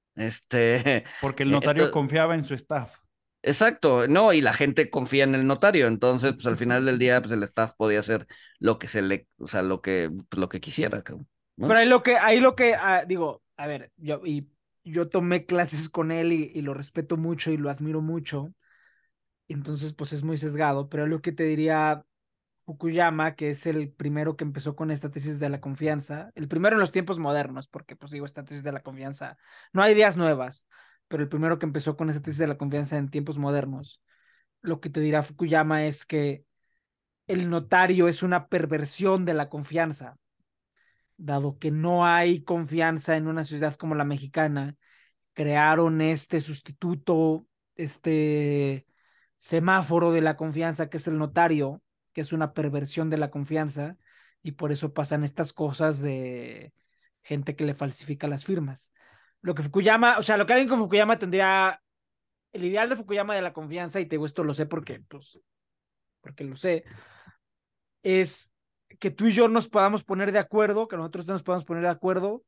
Porque el notario confiaba en su staff. exacto, no, y la gente confía en el notario, entonces, pues, al final del día, pues, el staff podía hacer lo que o sea, pues, lo que quisiera, cabrón, ¿no? Pero digo, a ver, yo tomé clases con él y lo respeto mucho y lo admiro mucho. Entonces, pues es muy sesgado, pero lo que te diría Fukuyama, que es el primero que empezó con esta tesis de la confianza, el primero en los tiempos modernos, porque pues digo, esta tesis de la confianza, no hay ideas nuevas, pero el primero que empezó con esta tesis de la confianza en tiempos modernos, lo que te dirá Fukuyama es que el notario es una perversión de la confianza, dado que no hay confianza en una sociedad como la mexicana, crearon este sustituto, este semáforo de la confianza que es el notario, que es una perversión de la confianza, y por eso pasan estas cosas de gente que le falsifica las firmas. Lo que Fukuyama, o sea, lo que alguien como Fukuyama tendría, el ideal de Fukuyama de la confianza, y te digo esto lo sé porque lo sé, es que tú y yo nos podamos poner de acuerdo, que nosotros nos podamos poner de acuerdo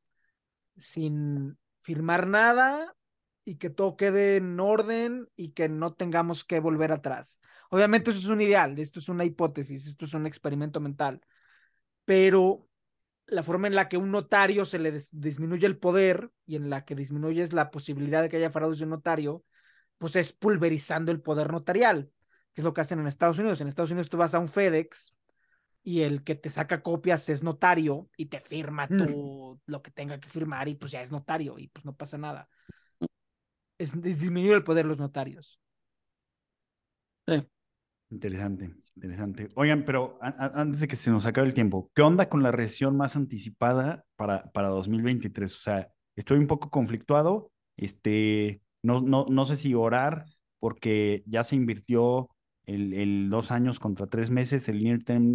sin firmar nada y que todo quede en orden y que no tengamos que volver atrás. Obviamente eso es un ideal, esto es una hipótesis, esto es un experimento mental, pero la forma en la que un notario se le disminuye el poder y en la que disminuyes la posibilidad de que haya fraudes de un notario, pues es pulverizando el poder notarial, que es lo que hacen en Estados Unidos. En Estados Unidos tú vas a un FedEx y el que te saca copias es notario y te firma tú lo que tenga que firmar y pues ya es notario y pues no pasa nada. Es disminuir el poder de los notarios. Sí. Interesante, interesante. Oigan, pero antes de que se nos acabe el tiempo, ¿qué onda con la recesión más anticipada para 2023? O sea, estoy un poco conflictuado. No sé si orar porque ya se invirtió el 2 años contra 3 meses, el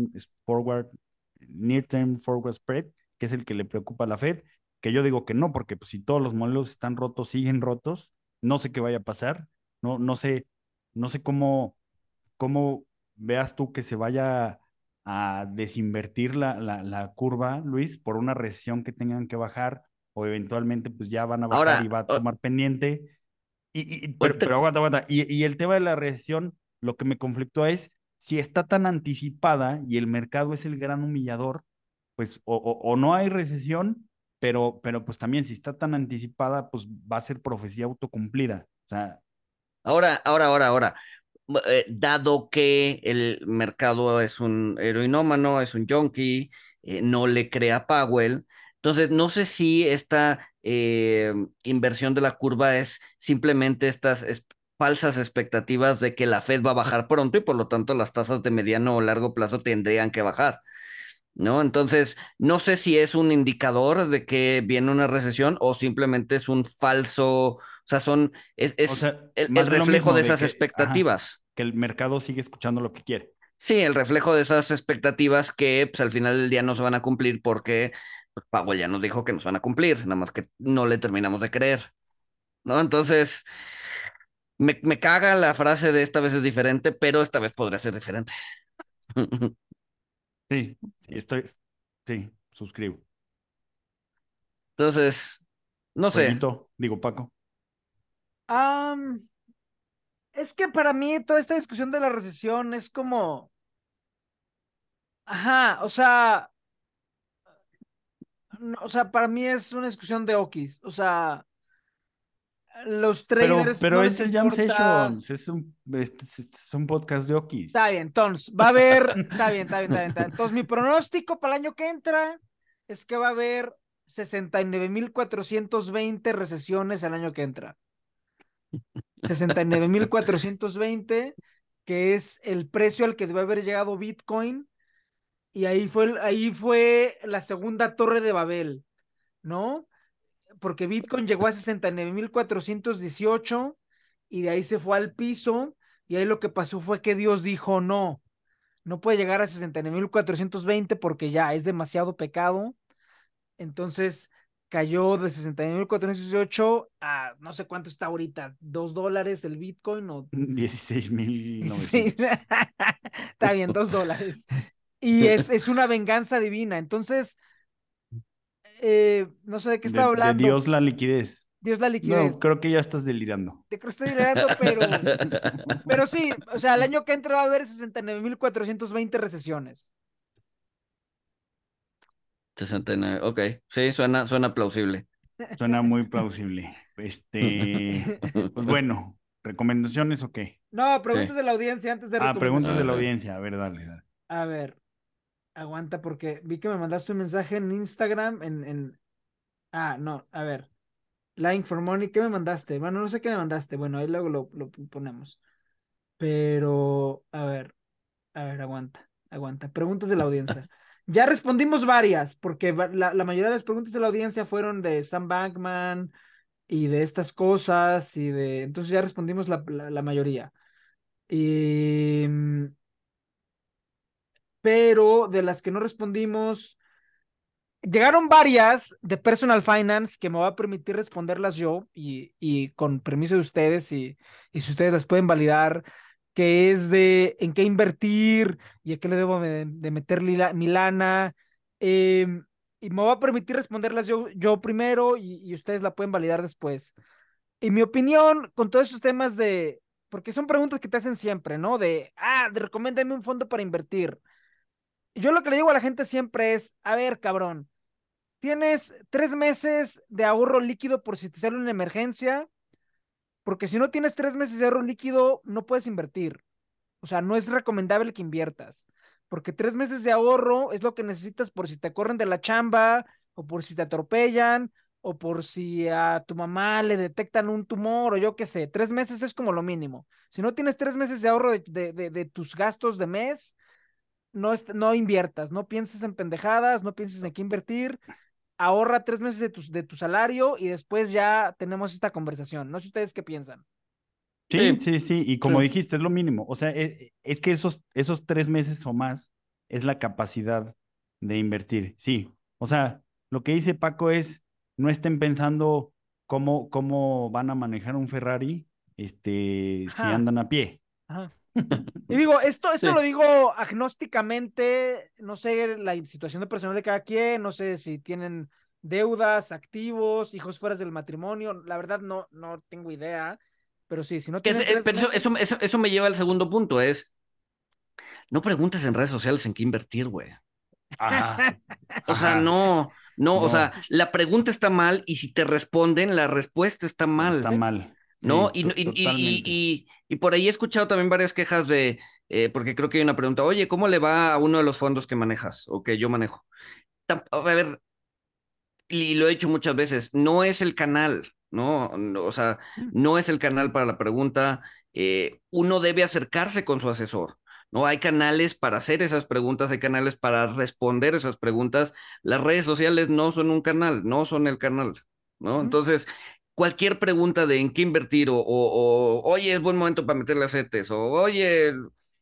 Near Term Forward Spread, que es el que le preocupa a la Fed, que yo digo que no, porque pues, si todos los modelos están rotos, siguen rotos, no sé qué vaya a pasar, no sé cómo veas tú que se vaya a desinvertir la curva, Luis, por una recesión que tengan que bajar o eventualmente pues ya van a bajar y Ahora, va a tomar pendiente. Pero ahorita, aguanta, aguanta. Y el tema de la recesión, lo que me conflictúa es si está tan anticipada y el mercado es el gran humillador, pues o no hay recesión, pero pues también si está tan anticipada, pues va a ser profecía autocumplida. O sea, Ahora. Dado que el mercado es un heroinómano, es un junkie, no le crea a Powell, entonces no sé si esta inversión de la curva es simplemente estas falsas expectativas de que la Fed va a bajar pronto y por lo tanto las tasas de mediano o largo plazo tendrían que bajar. ¿No? Entonces, no sé si es un indicador de que viene una recesión o simplemente es un falso, o sea, o es sea, el más de lo reflejo mismo de de esas que, ajá, expectativas. que el mercado sigue escuchando lo que quiere. Sí, el reflejo de esas expectativas que pues, al final del día no se van a cumplir porque pues, Powell ya nos dijo que nos van a cumplir, nada más que no le terminamos de creer, ¿no? Entonces, me caga la frase de esta vez es diferente, pero esta vez podría ser diferente. Sí, sí, sí, suscribo. Entonces, no sé. Pollito, digo Paco. Am, es que para mí toda esta discusión de la recesión es como, ajá, o sea, o sea, para mí es una discusión de Okis, o sea, los traders no Pero les es el Jam importa. Sessions, es un podcast de Está Okis. bien, entonces, va a haber, está bien. Entonces, mi pronóstico para el año que entra es que va a haber 69,420 recesiones el año que entra. 69,420, que es el precio al que debe haber llegado Bitcoin, y ahí fue la segunda torre de Babel, ¿no? Porque Bitcoin llegó a 69,418 y de ahí se fue al piso, y ahí lo que pasó fue que Dios dijo, no puede llegar a 69,420 porque ya es demasiado pecado. Entonces cayó de 69,418 a no sé cuánto está ahorita, $2 el Bitcoin o 16. 16,900. Está bien, $2. Y es una venganza divina. Entonces, no sé de qué estaba De hablando. Dios la liquidez. Dios la No, liquidez. creo que ya estás delirando. Te creo que estoy delirando, pero sí, o sea, el año que entra va a haber 69,420 recesiones. 69, ok, sí, suena plausible. Suena muy plausible. Pues bueno, ¿recomendaciones o qué? No, Sí. preguntas de la audiencia antes de Ah, preguntas de la Ok. recomendaciones. audiencia. A ver, dale, dale. A ver, aguanta porque vi que me mandaste un mensaje en Instagram Ah, no, a ver. Lying for Money, ¿qué me mandaste? Bueno, no sé qué me mandaste. Bueno, ahí luego lo ponemos. Pero, a ver, aguanta. Preguntas de la audiencia. Ya respondimos varias, porque la mayoría de las preguntas de la audiencia fueron de Sam Bankman y de estas cosas Entonces ya respondimos la mayoría. Y, pero de las que no respondimos, llegaron varias de Personal Finance que me va a permitir responderlas yo y con permiso de ustedes y si ustedes las pueden validar, que es de en qué invertir y a qué le debo de meter mi lana. Y me va a permitir responderlas yo primero y ustedes la pueden validar después. Y mi opinión con todos esos temas porque son preguntas que te hacen siempre, ¿no? Recomiéndame un fondo para invertir. Yo lo que le digo a la gente siempre es, a ver, cabrón. Tienes 3 meses de ahorro líquido por si te sale una emergencia, porque si no tienes 3 meses de ahorro líquido, no puedes invertir. O sea, no es recomendable que inviertas, porque 3 meses de ahorro es lo que necesitas por si te corren de la chamba, o por si te atropellan, o por si a tu mamá le detectan un tumor, o yo qué sé. 3 meses es como lo mínimo. Si no tienes 3 meses de ahorro de tus gastos de mes, no inviertas, no pienses en pendejadas, no pienses en qué invertir, ahorra 3 meses de tu salario y después ya tenemos esta conversación. No sé ustedes qué piensan. Sí, Sí, sí, sí. Y como sí. dijiste, es lo mínimo. O sea, es que esos 3 meses o más es la capacidad de invertir. Sí. O sea, lo que dice Paco es, no estén pensando cómo van a manejar un Ferrari, si Ajá, andan a pie. ajá. Y digo, esto Sí. lo digo agnósticamente, no sé la situación de personal de cada quien, no sé si tienen deudas, activos, hijos fuera del matrimonio, la verdad no tengo idea, pero sí, si no tienen tres Pero meses, eso me lleva al segundo punto, es no preguntes en redes sociales en qué invertir, güey. Ajá. O sea, Ajá. no, o No. sea, la pregunta está mal y si te responden, la respuesta está Está mal, mal. ¿no? Sí, totalmente. Y por ahí he escuchado también varias quejas porque creo que hay una pregunta, oye, ¿cómo le va a uno de los fondos que manejas o que yo manejo? A ver, y lo he dicho muchas veces, no es el canal, ¿no? O sea, no es el canal para la pregunta. Uno debe acercarse con su asesor, ¿no? Hay canales para hacer esas preguntas, hay canales para responder esas preguntas. Las redes sociales no son un canal, no son el canal, ¿no? Entonces, cualquier pregunta de en qué invertir oye, es buen momento para meterle a CETES, o oye,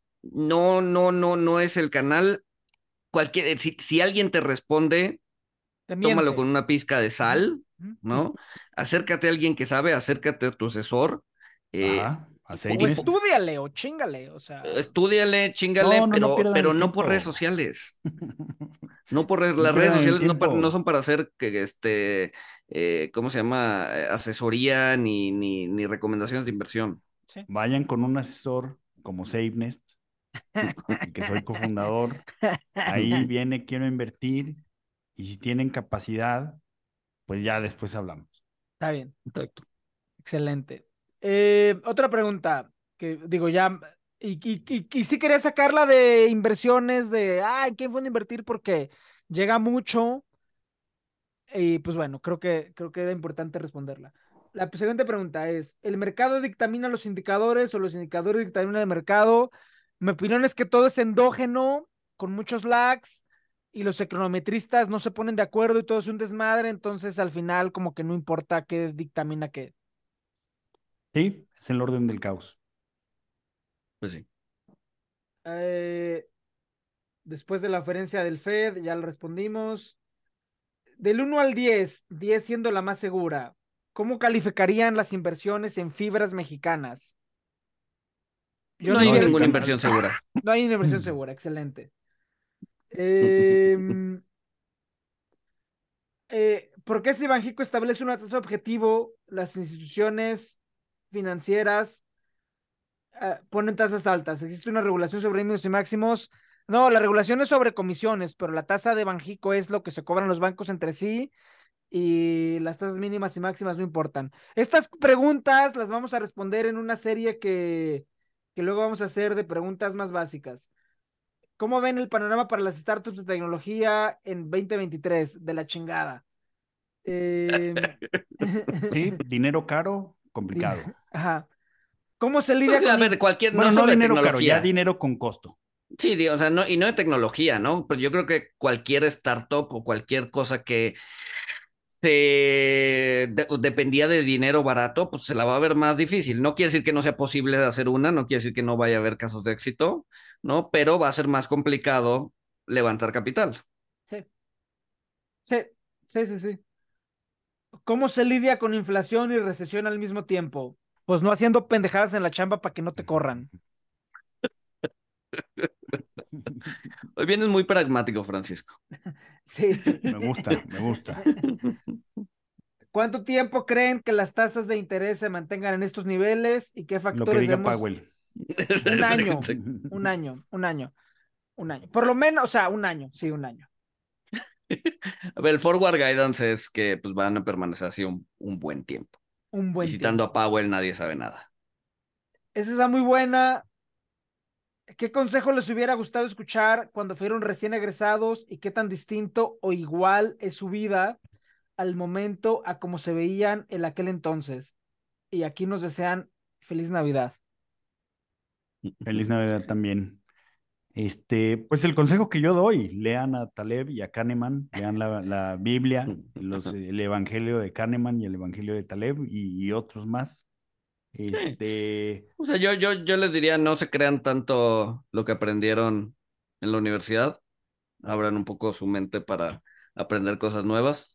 no es el canal. Si alguien te responde, Te tómalo con miente. una pizca de Ujú, sal, ujú, ¿no? Acércate a alguien que sabe, acércate a tu asesor, Ajá. A y, O SafeNet. estúdiale o chingale, o sea, estúdiale, chingale, No pierdan pero el no por redes tiempo. sociales. No por No las redes pierdan el sociales no tiempo. son para hacer ¿cómo se llama? Asesoría ni recomendaciones de inversión. sí. Vayan con un asesor como SafeNest, el que soy cofundador. Ahí viene, quiero invertir. Y si tienen capacidad, pues ya después hablamos. Está bien, Exacto. excelente. Otra pregunta, que digo ya, y sí quería sacarla de inversiones, ¿en quién fue a invertir? Porque llega mucho, y pues bueno, creo que era importante responderla. La siguiente pregunta es, ¿el mercado dictamina los indicadores o los indicadores dictaminan el mercado? Mi opinión es que todo es endógeno, con muchos lags, y los econometristas no se ponen de acuerdo y todo es un desmadre, entonces al final como que no importa qué dictamina qué. Sí, es el orden del caos. Pues sí. Eh, Después de la oferencia del Fed, ya le respondimos. Del 1 al 10, 10 siendo la más segura, ¿cómo calificarían las inversiones en fibras mexicanas? Yo No le hay No, diría, ninguna inversión segura. no hay inversión segura, excelente. Em, ¿Por qué si Banxico establece una tasa objetivo, las instituciones financieras ponen tasas altas? ¿Existe una regulación sobre mínimos y máximos? No, la regulación es sobre comisiones, pero la tasa de Banxico es lo que se cobran los bancos entre sí y las tasas mínimas y máximas no importan. Estas preguntas las vamos a responder en una serie que luego vamos a hacer de preguntas más básicas. ¿Cómo ven el panorama para las startups de tecnología en 2023? De la chingada. Eh... sí, dinero caro, complicado. Ajá. ¿Cómo se lidia Pues, a con... ver, Bueno, no no solo de dinero caro, ya tecnología. dinero con costo. Sí, o sea, y no de tecnología, ¿no? Pero yo creo que cualquier startup o cualquier cosa que dependía de dinero barato, pues se la va a ver más difícil. No quiere decir que no sea posible de hacer una, no quiere decir que no vaya a haber casos de éxito, ¿no? Pero va a ser más complicado levantar capital. Sí, sí, sí, sí, sí. ¿Cómo se lidia con inflación y recesión al mismo tiempo? Pues no haciendo pendejadas en la chamba para que no te corran. Hoy vienes muy pragmático, Francisco. Sí. Me gusta, me gusta. ¿Cuánto tiempo creen que las tasas de interés se mantengan en estos niveles y qué Lo que factores diga debemos? Powell. Un año, un año, un año, un año. Por lo menos, o sea, un año, sí, un año. A ver, el forward guidance es que pues, van a permanecer así un buen tiempo. Un Y buen citando a tiempo. Powell, nadie sabe nada. Esa está muy buena. ¿Qué consejo les hubiera gustado escuchar cuando fueron recién egresados y qué tan distinto o igual es su vida al momento a cómo se veían en aquel entonces? Y aquí nos desean feliz Navidad. Feliz Navidad también. Pues el consejo que yo doy, lean a Taleb y a Kahneman, lean la Biblia, el Evangelio de Kahneman y el Evangelio de Taleb y otros más. Sí. Este, O sea, yo les diría, no se crean tanto lo que aprendieron en la universidad. Abran un poco su mente para aprender cosas nuevas.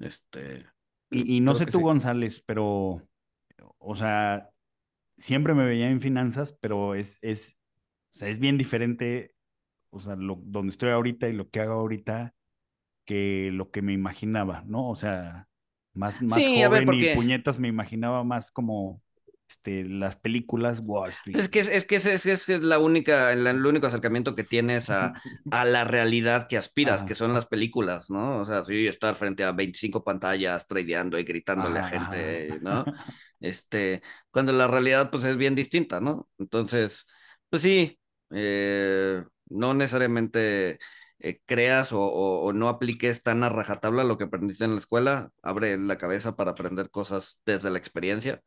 y no Creo sé que tú, sí. González, pero, o sea, siempre me veía en finanzas, pero o sea, es bien diferente, o sea, donde estoy ahorita y lo que hago ahorita que lo que me imaginaba, ¿no? O sea, más Sí, a ver, joven y porque puñetas me imaginaba más como las películas Wall Street. Es la única, el único acercamiento que tienes a la realidad que aspiras, Ajá, que son las películas, ¿no? O sea, sí, estar frente a 25 pantallas, tradeando y gritándole a ajá, ajá. gente, ¿no? Este, cuando la realidad, pues, es bien distinta, ¿no? Entonces, pues sí, no necesariamente creas o no apliques tan a rajatabla lo que aprendiste en la escuela, abre la cabeza para aprender cosas desde la experiencia,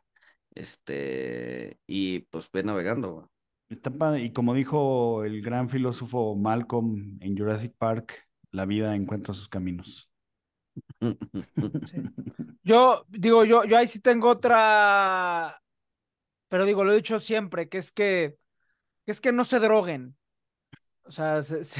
y pues ve navegando, güey. Y como dijo el gran filósofo Malcolm en Jurassic Park, la vida encuentra sus caminos. Sí. Yo digo, yo ahí sí tengo otra, pero digo, lo he dicho siempre, que es que no se droguen. O sea,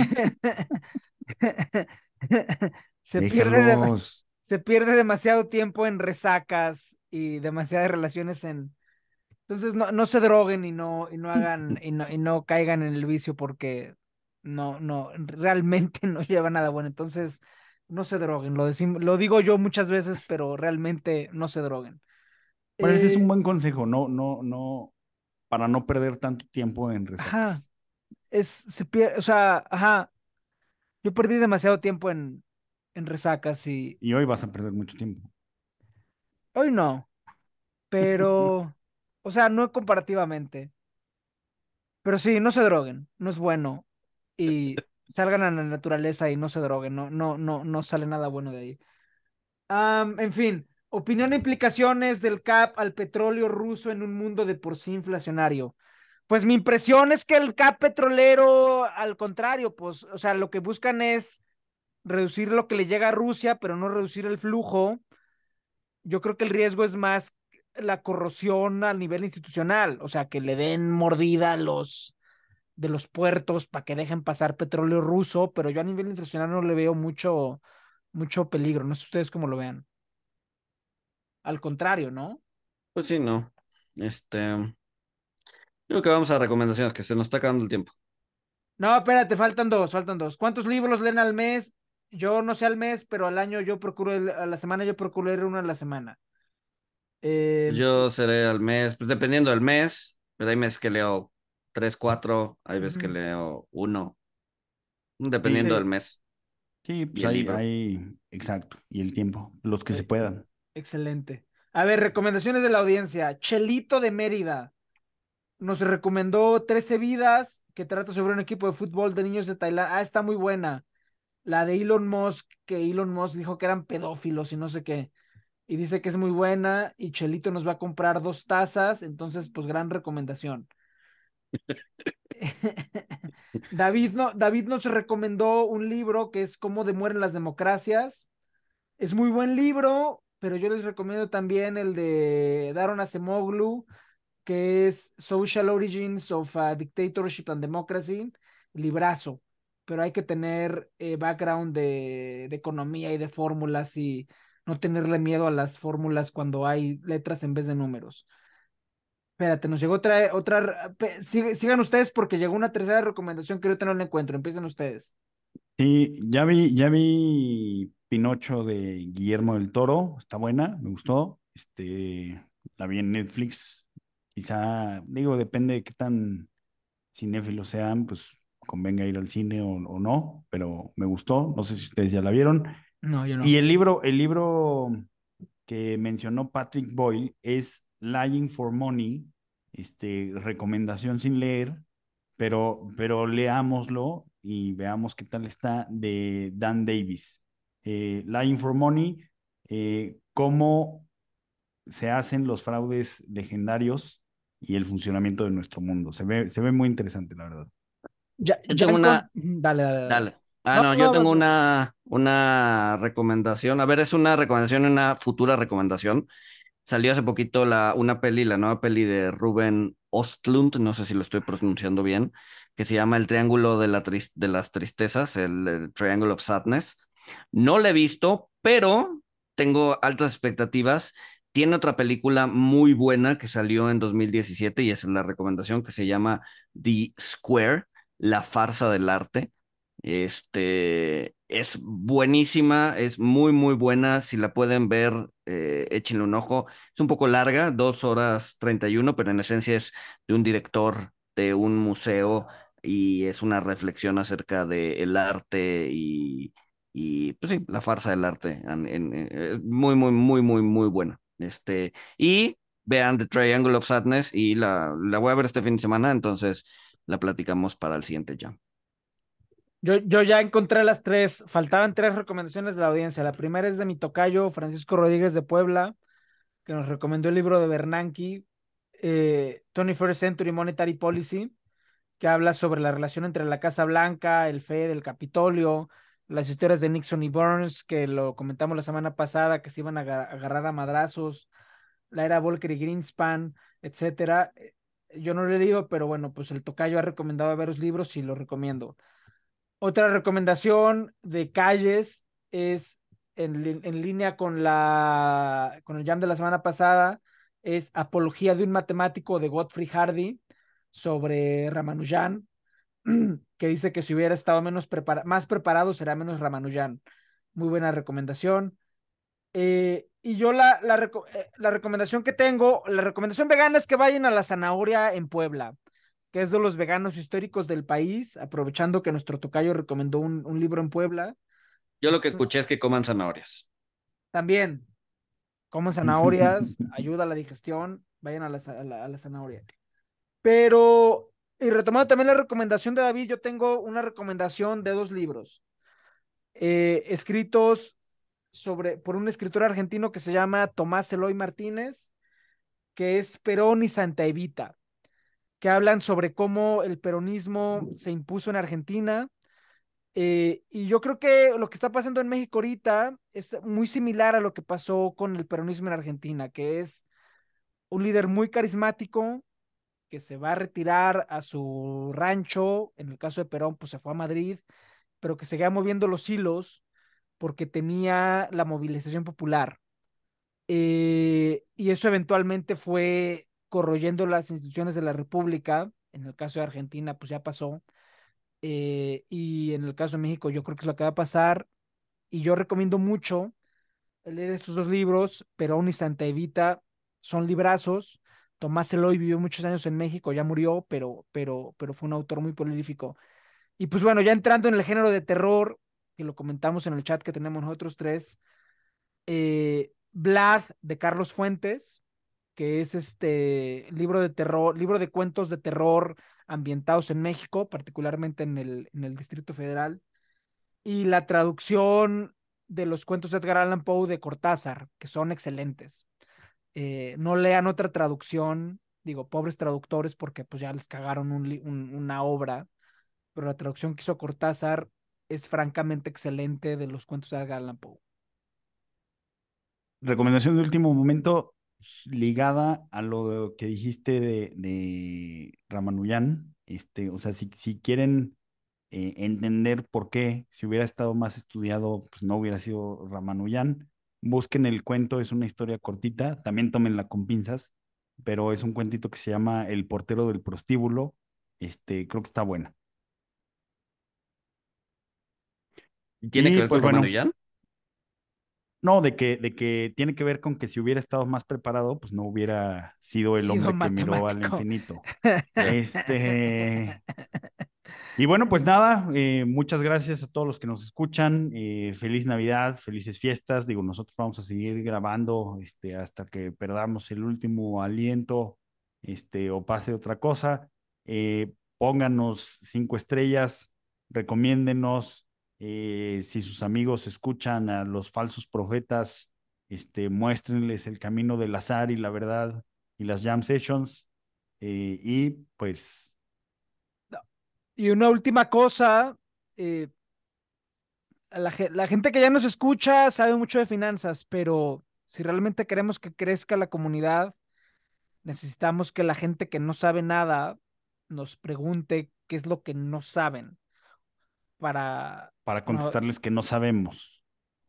se pierde, Déjalos. se pierde demasiado tiempo en resacas y demasiadas relaciones en. Entonces no se droguen y no hagan, y no caigan en el vicio porque realmente no lleva nada bueno. Entonces, no se droguen. Lo digo yo muchas veces, pero realmente no se droguen. Bueno, ese es un Eh, buen consejo, no, para no perder tanto tiempo en ajá, resacas. o sea, ajá, yo perdí demasiado tiempo en resacas y Y hoy vas a perder mucho tiempo. hoy no, pero, o sea, no comparativamente. Pero sí, no se droguen, no es bueno. Y salgan a la naturaleza y no se droguen, no sale nada bueno de ahí. En fin, opinión e implicaciones del CAP al petróleo ruso en un mundo de por sí inflacionario. Pues mi impresión es que el CAP petrolero, al contrario, pues, o sea, lo que buscan es reducir lo que le llega a Rusia, pero no reducir el flujo. Yo creo que el riesgo es más la corrosión a nivel institucional, o sea, que le den mordida a los de los puertos para que dejen pasar petróleo ruso, pero yo a nivel internacional no le veo mucho peligro. No sé ustedes cómo lo vean. Al contrario, ¿no? Pues sí, no. Creo que vamos a recomendaciones, que se nos está acabando el tiempo. No, espérate, faltan dos. ¿Cuántos libros leen al mes? Yo no sé al mes, pero al año yo procuro, a la semana yo procuro leer uno a la semana. Yo seré al mes, pues dependiendo del mes, pero hay meses que leo tres, cuatro, hay veces que Ujú, leo uno, Sí, dependiendo del sí, mes sí, y pues el libro. exacto, y el tiempo, los que se eh, puedan. excelente. A ver, recomendaciones de la audiencia. Chelito de Mérida nos recomendó 13 vidas, que trata sobre un equipo de fútbol de niños de Tailandia. Ah, está muy buena. La de Elon Musk, que Elon Musk dijo que eran pedófilos y no sé qué. Y dice que es muy buena y Chelito nos va a comprar 2 tazas, entonces pues gran recomendación. David nos recomendó un libro que es Cómo demueren las democracias. Es muy buen libro, pero yo les recomiendo también el de Daron Acemoglu, que es Social Origins of a Dictatorship and Democracy, librazo, pero hay que tener background de economía y de fórmulas y no tenerle miedo a las fórmulas cuando hay letras en vez de números. Espérate, nos llegó sigan ustedes porque llegó una tercera recomendación que ahorita no la encuentro. Empiecen ustedes. Sí, ya vi Pinocho de Guillermo del Toro, está buena, me gustó. La vi en Netflix. Quizá, digo, depende de qué tan cinéfilos sean, pues convenga ir al cine o no, pero me gustó. No sé si ustedes ya la vieron. No, yo Y no. el libro que mencionó Patrick Boyle es Lying for Money, recomendación sin leer, pero leámoslo y veamos qué tal está de Dan Davis. Lying for Money, cómo se hacen los fraudes legendarios y el funcionamiento de nuestro mundo. Se ve muy interesante, la verdad. Ya, Yo ya tengo una, Dale, dale, dale. dale. Ah, No, no, yo no, tengo vas, vas. una recomendación. A ver, es una recomendación y una futura recomendación. Salió hace poquito una peli, la nueva peli de Ruben Ostlund, no sé si lo estoy pronunciando bien, que se llama El Triángulo de las Tristezas, el Triangle of Sadness. No la he visto, pero tengo altas expectativas. Tiene otra película muy buena que salió en 2017 y esa es la recomendación, que se llama The Square, La farsa del arte. Es buenísima, es muy, muy buena. Si la pueden ver, échenle un ojo. Es un poco larga, 2 horas 31, pero en esencia es de un director de un museo y es una reflexión acerca del arte y pues sí, la farsa del arte. Muy, muy, muy, muy, muy buena. Y vean The Triangle of Sadness y la voy a ver este fin de semana, entonces la platicamos para el siguiente jam. Yo ya encontré las tres, faltaban tres recomendaciones de la audiencia. La primera es de mi tocayo Francisco Rodríguez de Puebla, que nos recomendó el libro de Bernanke, 21st Century Monetary Policy, que habla sobre la relación entre la Casa Blanca, el Fed, el Capitolio, las historias de Nixon y Burns, que lo comentamos la semana pasada, que se iban a agarrar a madrazos, la era Volcker y Greenspan, etcétera. Yo no lo he leído, pero bueno, pues el tocayo ha recomendado varios libros y los recomiendo. Otra recomendación de Calles es en línea con con el jam de la semana pasada, es Apología de un matemático de Godfrey Hardy sobre Ramanujan, que dice que si hubiera estado más preparado será menos Ramanujan. Muy buena recomendación. Y yo la recomendación que tengo, la recomendación vegana es que vayan a la Zanahoria en Puebla, que es de los veganos históricos del país, aprovechando que nuestro tocayo recomendó un libro en Puebla. Yo lo que escuché es que coman zanahorias. También coman zanahorias, ayuda a la digestión, vayan a la zanahoria. Pero, y retomando también la recomendación de David, yo tengo una recomendación de dos libros escritos por un escritor argentino que se llama Tomás Eloy Martínez, que es Perón y Santa Evita, que hablan sobre cómo el peronismo se impuso en Argentina. Y yo creo que lo que está pasando en México ahorita es muy similar a lo que pasó con el peronismo en Argentina, que es un líder muy carismático que se va a retirar a su rancho, en el caso de Perón, pues se fue a Madrid, pero que seguía moviendo los hilos porque tenía la movilización popular. Y eso eventualmente fue corroyendo las instituciones de la República. En el caso de Argentina, pues ya pasó. Y en el caso de México, yo creo que es lo que va a pasar. Y yo recomiendo mucho leer estos dos libros, Perón y Santa Evita. Son librazos. Tomás Eloy vivió muchos años en México, ya murió, pero fue un autor muy prolífico. Y pues bueno, ya entrando en el género de terror, que lo comentamos en el chat que tenemos nosotros tres, Vlad de Carlos Fuentes, que es este libro de terror, libro de cuentos de terror ambientados en México, particularmente en el Distrito Federal, y la traducción de los cuentos de Edgar Allan Poe de Cortázar, que son excelentes. No lean otra traducción, digo, pobres traductores, porque pues ya les cagaron una obra, pero la traducción que hizo Cortázar es francamente excelente de los cuentos de Edgar Allan Poe. Recomendación de último momento ligada a lo que dijiste de Ramanujan. O sea, si quieren entender por qué, si hubiera estado más estudiado, pues no hubiera sido Ramanujan. Busquen el cuento, es una historia cortita, también tómenla con pinzas, pero es un cuentito que se llama El portero del prostíbulo. Creo que está buena. ¿Tiene que Y ver pues con bueno, Ramanujan? no, de que tiene que ver con que si hubiera estado más preparado, pues no hubiera sido el Sido hombre que miró al matemático. infinito. Ya. Y bueno, pues nada, muchas gracias a todos los que nos escuchan. Feliz Navidad, felices fiestas. Digo, nosotros vamos a seguir grabando hasta que perdamos el último aliento o pase otra cosa. Pónganos 5 estrellas, recomiéndenos. Si sus amigos escuchan a los falsos profetas, muéstrenles el camino del azar y la verdad y las jam sessions. Y pues Y una última cosa, eh, la gente que ya nos escucha sabe mucho de finanzas, pero si realmente queremos que crezca la comunidad, necesitamos que la gente que no sabe nada nos pregunte qué es lo que no saben para, para no, contestarles que no sabemos.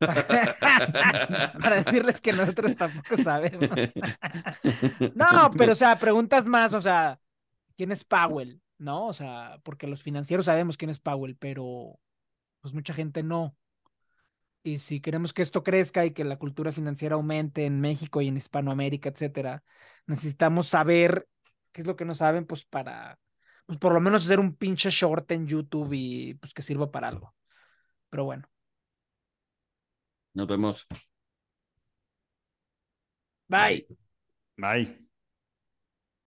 para decirles que nosotros tampoco sabemos. No, pero o sea, preguntas más, o sea, ¿quién es Powell? ¿No? O sea, porque los financieros sabemos quién es Powell, pero pues mucha gente no. Y si queremos que esto crezca y que la cultura financiera aumente en México y en Hispanoamérica, etcétera, necesitamos saber qué es lo que no saben, pues para, pues por lo menos hacer un pinche short en YouTube y pues que sirva para algo. Pero bueno, Nos vemos. bye. Bye.